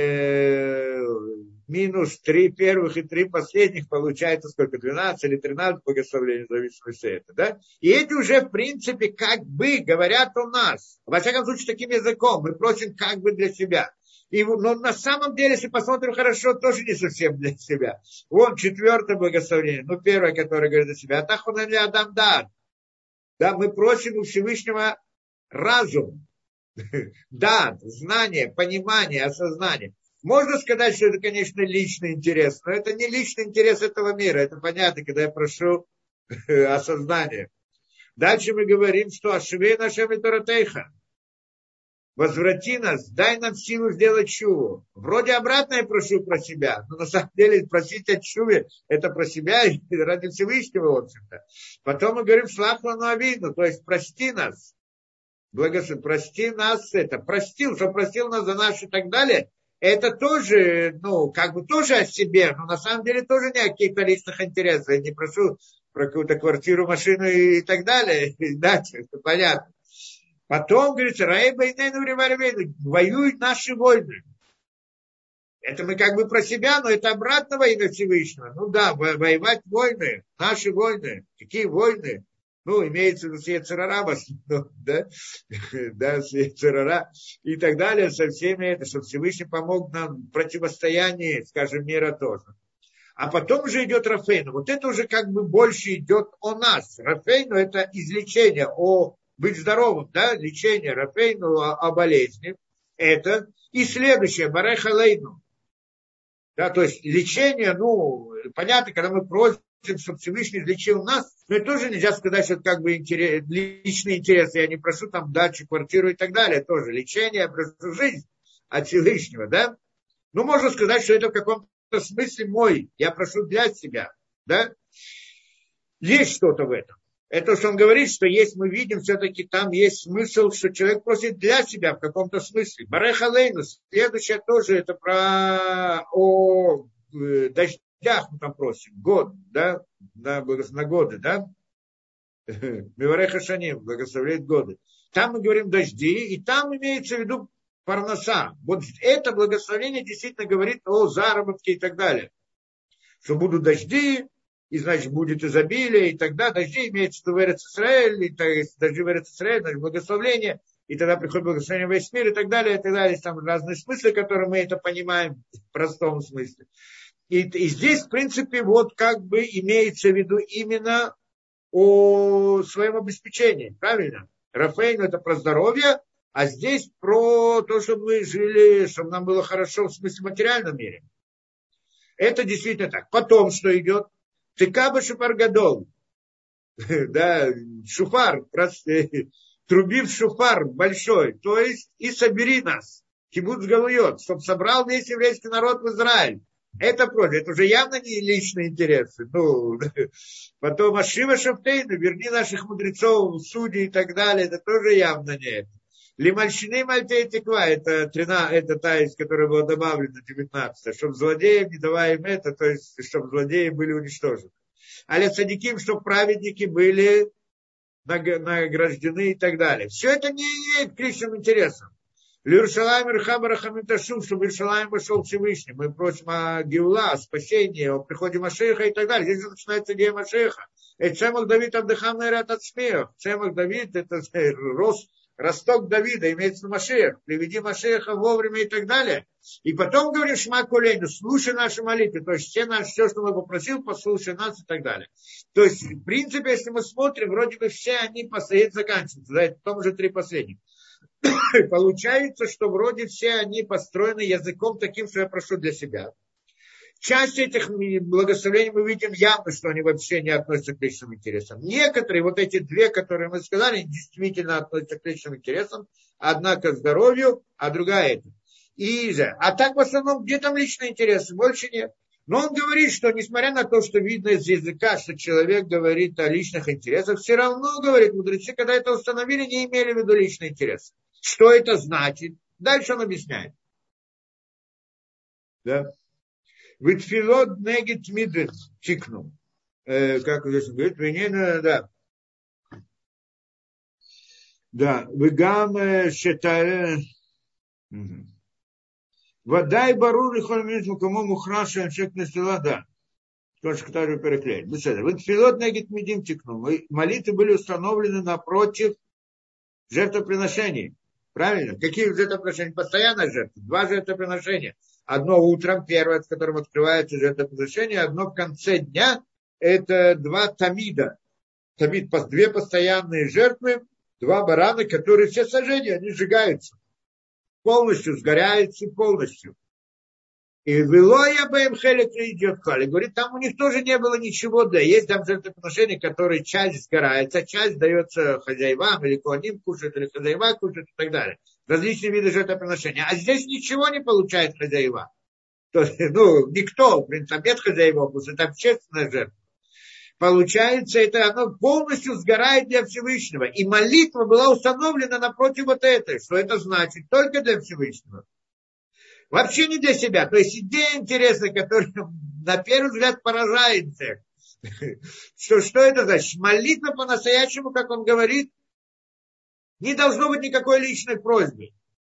э, минус три первых и три последних, получается сколько, двенадцать или тринадцать благословений, в зависимости от этого. Да? И эти уже, в принципе, как бы говорят у нас. Во всяком случае, таким языком. Мы просим как бы для себя. И, но на самом деле, если посмотрим хорошо, тоже не совсем для себя. Вон четвертое благословение, ну первое, которое говорит о себе. Атахунан ли адам дат. Да, мы просим у Всевышнего разум, дат, знание, понимание, осознание. Можно сказать, что это, конечно, личный интерес, но это не личный интерес этого мира. Это понятно, когда я прошу осознания. Дальше мы говорим, что Ашвей нашем и Торатейха. Возврати нас, дай нам силу сделать чуву. Вроде обратно я прошу про себя, но на самом деле просить о чуве – это про себя и ради Всевышнего, в общем-то. Потом мы говорим «Шлахлану авину», то есть прости нас. Благослови, прости нас, это, простил, что простил нас за наши и так далее. Это тоже, ну, как бы тоже о себе, но на самом деле тоже не о каких-то личных интересах. Я не прошу про какую-то квартиру, машину и так далее. Да, это понятно. Потом, говорится, Раэба и Нейну Реварвейну, воюют наши войны. Это мы как бы про себя, но это обратно во имя Всевышнего. Ну да, воевать войны, наши войны. Какие войны? Ну, имеется в виду с Ецер-ара, да, да, с Ецер-ара и так далее, со всеми это, чтобы Всевышний помог нам в противостоянии, скажем, мира тоже. А потом уже идет Рафейну. Вот это уже как бы больше идет о нас. Рафейну – это излечение, о быть здоровым, да, лечение Рафейну о, о болезни. Это и следующее, Бареха Лейну. Да, то есть лечение, ну, понятно, когда мы просим, чтобы Всевышний излечил нас, но это тоже нельзя сказать, что это как бы интерес, личный интерес. Я не прошу там дачу, квартиру и так далее. Тоже лечение, я прошу жизнь от Всевышнего, да. Ну, можно сказать, что это в каком-то смысле мой. Я прошу для себя, да. Есть что-то в этом. Это что он говорит, что есть, мы видим, все-таки там есть смысл, что человек просит для себя в каком-то смысле. Бареха Лейну, следующее тоже, это про о э, дождях мы там просим, год, да, на, на годы, да. Мивареха Шаним, благословляет годы. Там мы говорим дожди, и там имеется в виду парноса. Вот это благословение действительно говорит о заработке и так далее. Что будут дожди, и, значит, будет изобилие, и тогда дожди имеется в виду в Эрец-Исраэль, и то есть дожди в Эрец-Исраэль, значит, благословение, и тогда приходит благословение в весь мир, и так далее, и так далее. Есть там разные смыслы, которые мы это понимаем в простом смысле. И, и здесь, в принципе, вот как бы имеется в виду именно о своем обеспечении, правильно? Рафейну это про здоровье, а здесь про то, чтобы мы жили, чтобы нам было хорошо в смысле материальном мире. Это действительно так. Потом что идет? Тыкаба шуфар гадол. Да, шуфар, труби в шуфар большой. То есть, и собери нас. Кибуц Галуйот, чтобы собрал весь еврейский народ в Израиль. Это просьба. Это уже явно не личные интересы. Ну, потом Ашива Шафтейну, верни наших мудрецов, судей и так далее. Это тоже явно не это. Лимальщины Мальтей Теква, это, это та, из которой было добавлено девятнадцать, чтобы злодеям не давая им это, то есть, чтобы злодеи были уничтожены. А цадиким, чтобы праведники были награждены и так далее. Все это не имеет к личным интересам. Лиршалаем Рхаба Рахамиташум, чтобы Иршалаем вошел Всевышний. Мы просим о Геула, о спасении, о приходе Машеха и так далее. Здесь начинается идея Машеха. И Цемах Давид Абдыхам Найрат от смех. Цемах Давид, это рост. Росток Давида, имеется в виду Машех, приведи Машеха вовремя и так далее. И потом говоришь Шма Колейну, слушай наши молитвы, то есть все, наши, все, что мы попросил, послушай нас и так далее. То есть, в принципе, если мы смотрим, вроде бы все они последние заканчиваются, да, это потом уже три последних. Получается, что вроде все они построены языком таким, что я прошу для себя. Часть этих благословений мы видим явно, что они вообще не относятся к личным интересам. Некоторые, вот эти две, которые мы сказали, действительно относятся к личным интересам. Одна к здоровью, а другая это. И же. А так в основном, где там личные интересы? Больше нет. Но он говорит, что несмотря на то, что видно из языка, что человек говорит о личных интересах, все равно, говорит мудрецы, когда это установили, не имели в виду личные интересы. Что это значит? Дальше он объясняет. Да. Витфилот негит миден тикнул. Э, как здесь говорит, винена, да. Да, выгам считаю. Вода и бару лихольминит кому мухраша аншек насила, да. Тоже, который переклеит. Вот филот негит медим тикнул. Молитвы были установлены напротив жертвоприношений. Правильно? Какие жертвоприношения? Постоянная жертва. Два жертвоприношения. Одно утром, первое, с которым открывается жертвоприношение, одно в конце дня. Это два тамида. Тамид, две постоянные жертвы, два барана, которые все сожжения, они сжигаются. Полностью сгоряются, полностью. И Вилоя Бэм Хелек идет Кали. Говорит, там у них тоже не было ничего, да, есть там жертвоприношения, которые часть сгорается, часть дается хозяевам, или коаним кушают, или хозяева кушают и так далее. Различные виды жертвоприношения. А здесь ничего не получает хозяева. То есть, ну, никто, в принципе, нет хозяева, потому что это общественная жертва. Получается, это оно полностью сгорает для Всевышнего. И молитва была установлена напротив вот этой. Что это значит? Только для Всевышнего. Вообще не для себя. То есть идея интересная, которая на первый взгляд поражает всех. Что, что это значит? Молитва по-настоящему, как он говорит, не должно быть никакой личной просьбы.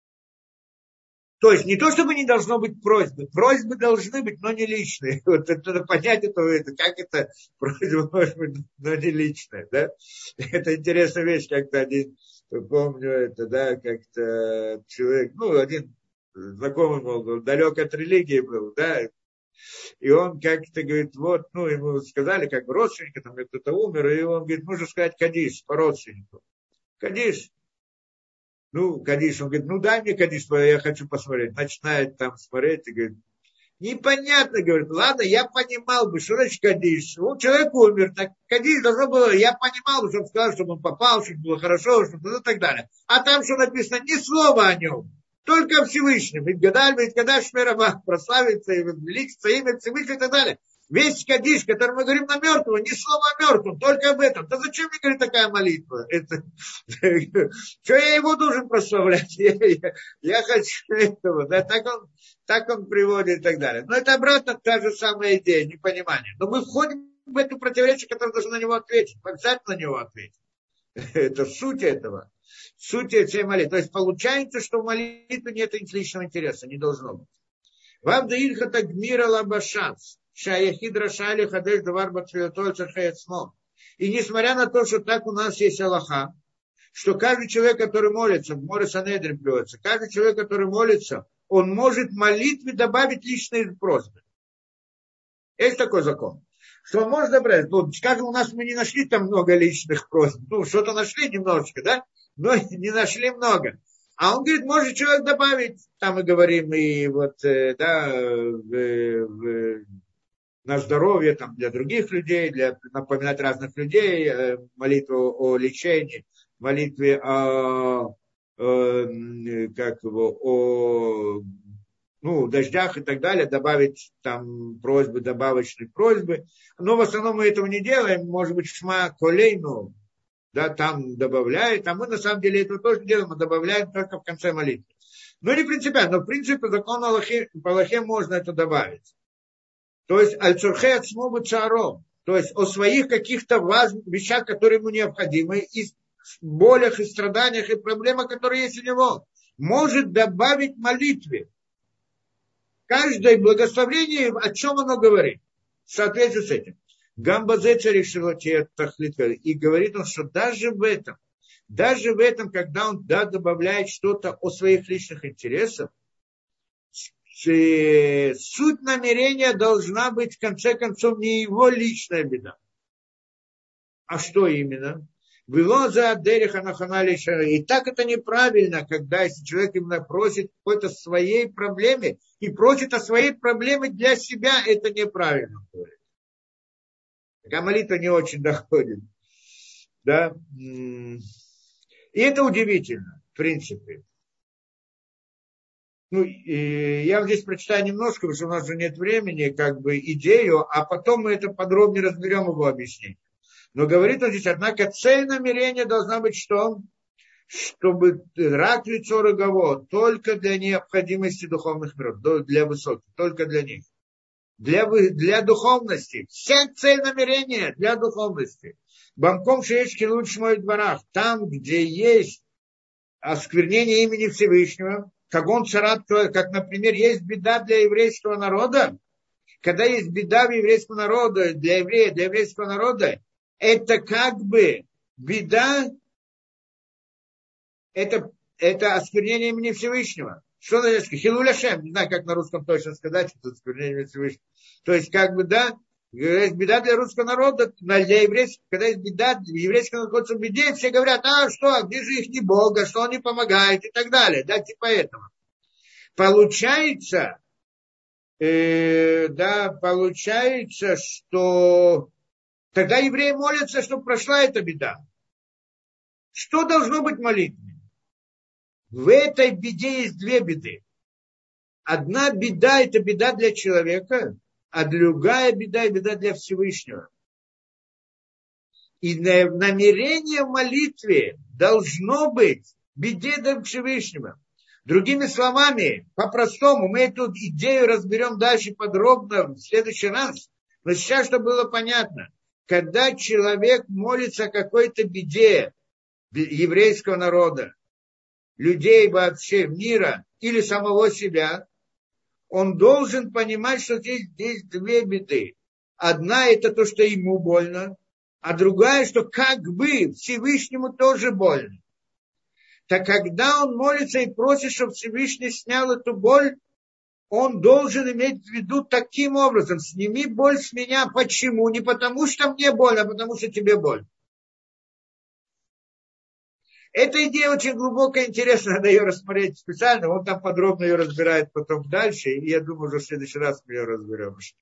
То есть не то, чтобы не должно быть просьбы. Просьбы должны быть, но не личные. Вот это надо понять, это, это, как это просьба может быть, но не личная. Да? Это интересная вещь, как-то один, помню, это, да, как-то человек, ну, один знакомый был, далек от религии был, да, и он как-то говорит, вот, ну, ему сказали, как бы родственники, там кто-то умер, и он говорит, нужно сказать кадиш по родственнику. Кадиш. Ну, кадиш, он говорит, ну, дай мне кадиш, я хочу посмотреть. Начинает там смотреть и говорит, непонятно, говорит, ладно, я понимал бы, что значит кадиш. Ну, человек умер, так кадиш должно было, я понимал бы, чтобы сказал, чтобы он попал, чтобы было хорошо, чтобы, ну, и так далее. А там, что написано, ни слова о нем. Только о Всевышнем. Ведь гадаль, ведь когда Шмерова прославится, и величится имя Всевышнего и так далее. Весь кадиш, который мы говорим на мертвого, ни слова о мертвом, только об этом. Да зачем мне, говорит, такая молитва? Это... Что я его должен прославлять? Я, я, я хочу этого. Да, так, он, так он приводит и так далее. Но это обратно та же самая идея, непонимание. Но мы входим в это противоречие, которое должны на него ответить. Обязательно на него ответить. Это суть этого. Суть всей молитвы. То есть получается, что в молитве нет личного интереса. Не должно быть. Вавда Ильхата Гмира Лабашанс. Шаяхид Рашали Хадеш Давар Батфиотоль Цархаяцмо. И несмотря на то, что так у нас есть Аллаха, что каждый человек, который молится, в море Санедрин плюется, каждый человек, который молится, он может в молитве добавить личные просьбы. Есть такой закон. Что он может добавить. Ну, скажем, у нас мы не нашли там много личных просьб. Ну, что-то нашли немножечко, да? Но не нашли много. А он говорит, может человек добавить, там мы говорим, и вот, да, в, в, на здоровье там, для других людей, для напоминать разных людей, молитву о лечении, молитве о, о, как его, о ну, дождях и так далее, добавить там просьбы, добавочные просьбы. Но в основном мы этого не делаем, может быть, шма колейну, да, там добавляет, а мы на самом деле этого тоже делаем, мы добавляем только в конце молитвы. Ну, не принципиально, но в принципе закон Аллахе, по Аллахе можно это добавить. То есть, аль-цурхе ацму б'цааром, то есть о своих каких-то важных вещах, которые ему необходимы, и болях, и страданиях, и проблемах, которые есть у него, может добавить молитве. Каждое благословение, о чем оно говорит, в соответствии с этим. Гамбазеца решила тахлитка. И говорит он, что даже в этом, даже в этом, когда он да, добавляет что-то о своих личных интересах, суть намерения должна быть, в конце концов, не его личная беда. А что именно? Было за дереха наханали шары. И так это неправильно, когда если человек именно просит какой-то своей проблеме и просит о своей проблеме для себя, это неправильно. Такая молитва не очень доходит. Да? И это удивительно, в принципе. Ну, и я здесь прочитаю немножко, потому что у нас же нет времени, как бы идею, а потом мы это подробнее разберем его объяснение. Но говорит он здесь, однако, цель намерения должна быть что? Чтобы рак лицо рогово только для необходимости духовных миров, для высоких, только для них. для, для духовности. Вся цель намерения для духовности. Бамком шеечки лучше мой дворах. Там, где есть осквернение имени Всевышнего, как он царат, как, например, есть беда для еврейского народа, когда есть беда в еврейского народа, для еврея, для еврейского народа, это как бы беда, это, это осквернение имени Всевышнего. Что значит? Хилуль Ашем, не знаю, как на русском точно сказать, это осквернение имени Всевышнего. То есть, как бы, да, есть беда для русского народа, для еврейского, когда есть беда, еврейский народ находится в беде, все говорят, а что, где же их не Бога, что он не помогает и так далее, да, типа этого. Получается, э, да, получается, что тогда евреи молятся, чтобы прошла эта беда. Что должно быть молитвой? В этой беде есть две беды. Одна беда – это беда для человека, а другая беда – это беда для Всевышнего. И намерение в молитве должно быть беде для Всевышнего. Другими словами, по-простому, мы эту идею разберем дальше подробно в следующий раз. Но сейчас, чтобы было понятно, когда человек молится о какой-то беде еврейского народа, людей вообще мира или самого себя, он должен понимать, что здесь, здесь две беды. Одна – это то, что ему больно, а другая, что как бы Всевышнему тоже больно. Так когда он молится и просит, чтобы Всевышний снял эту боль, он должен иметь в виду таким образом: сними боль с меня. Почему? Не потому, что мне больно, а потому, что тебе больно. Эта идея очень глубокая, интересная, надо ее рассмотреть специально. Он там подробно ее разбирает потом дальше, и я думаю, уже в следующий раз мы ее разберем.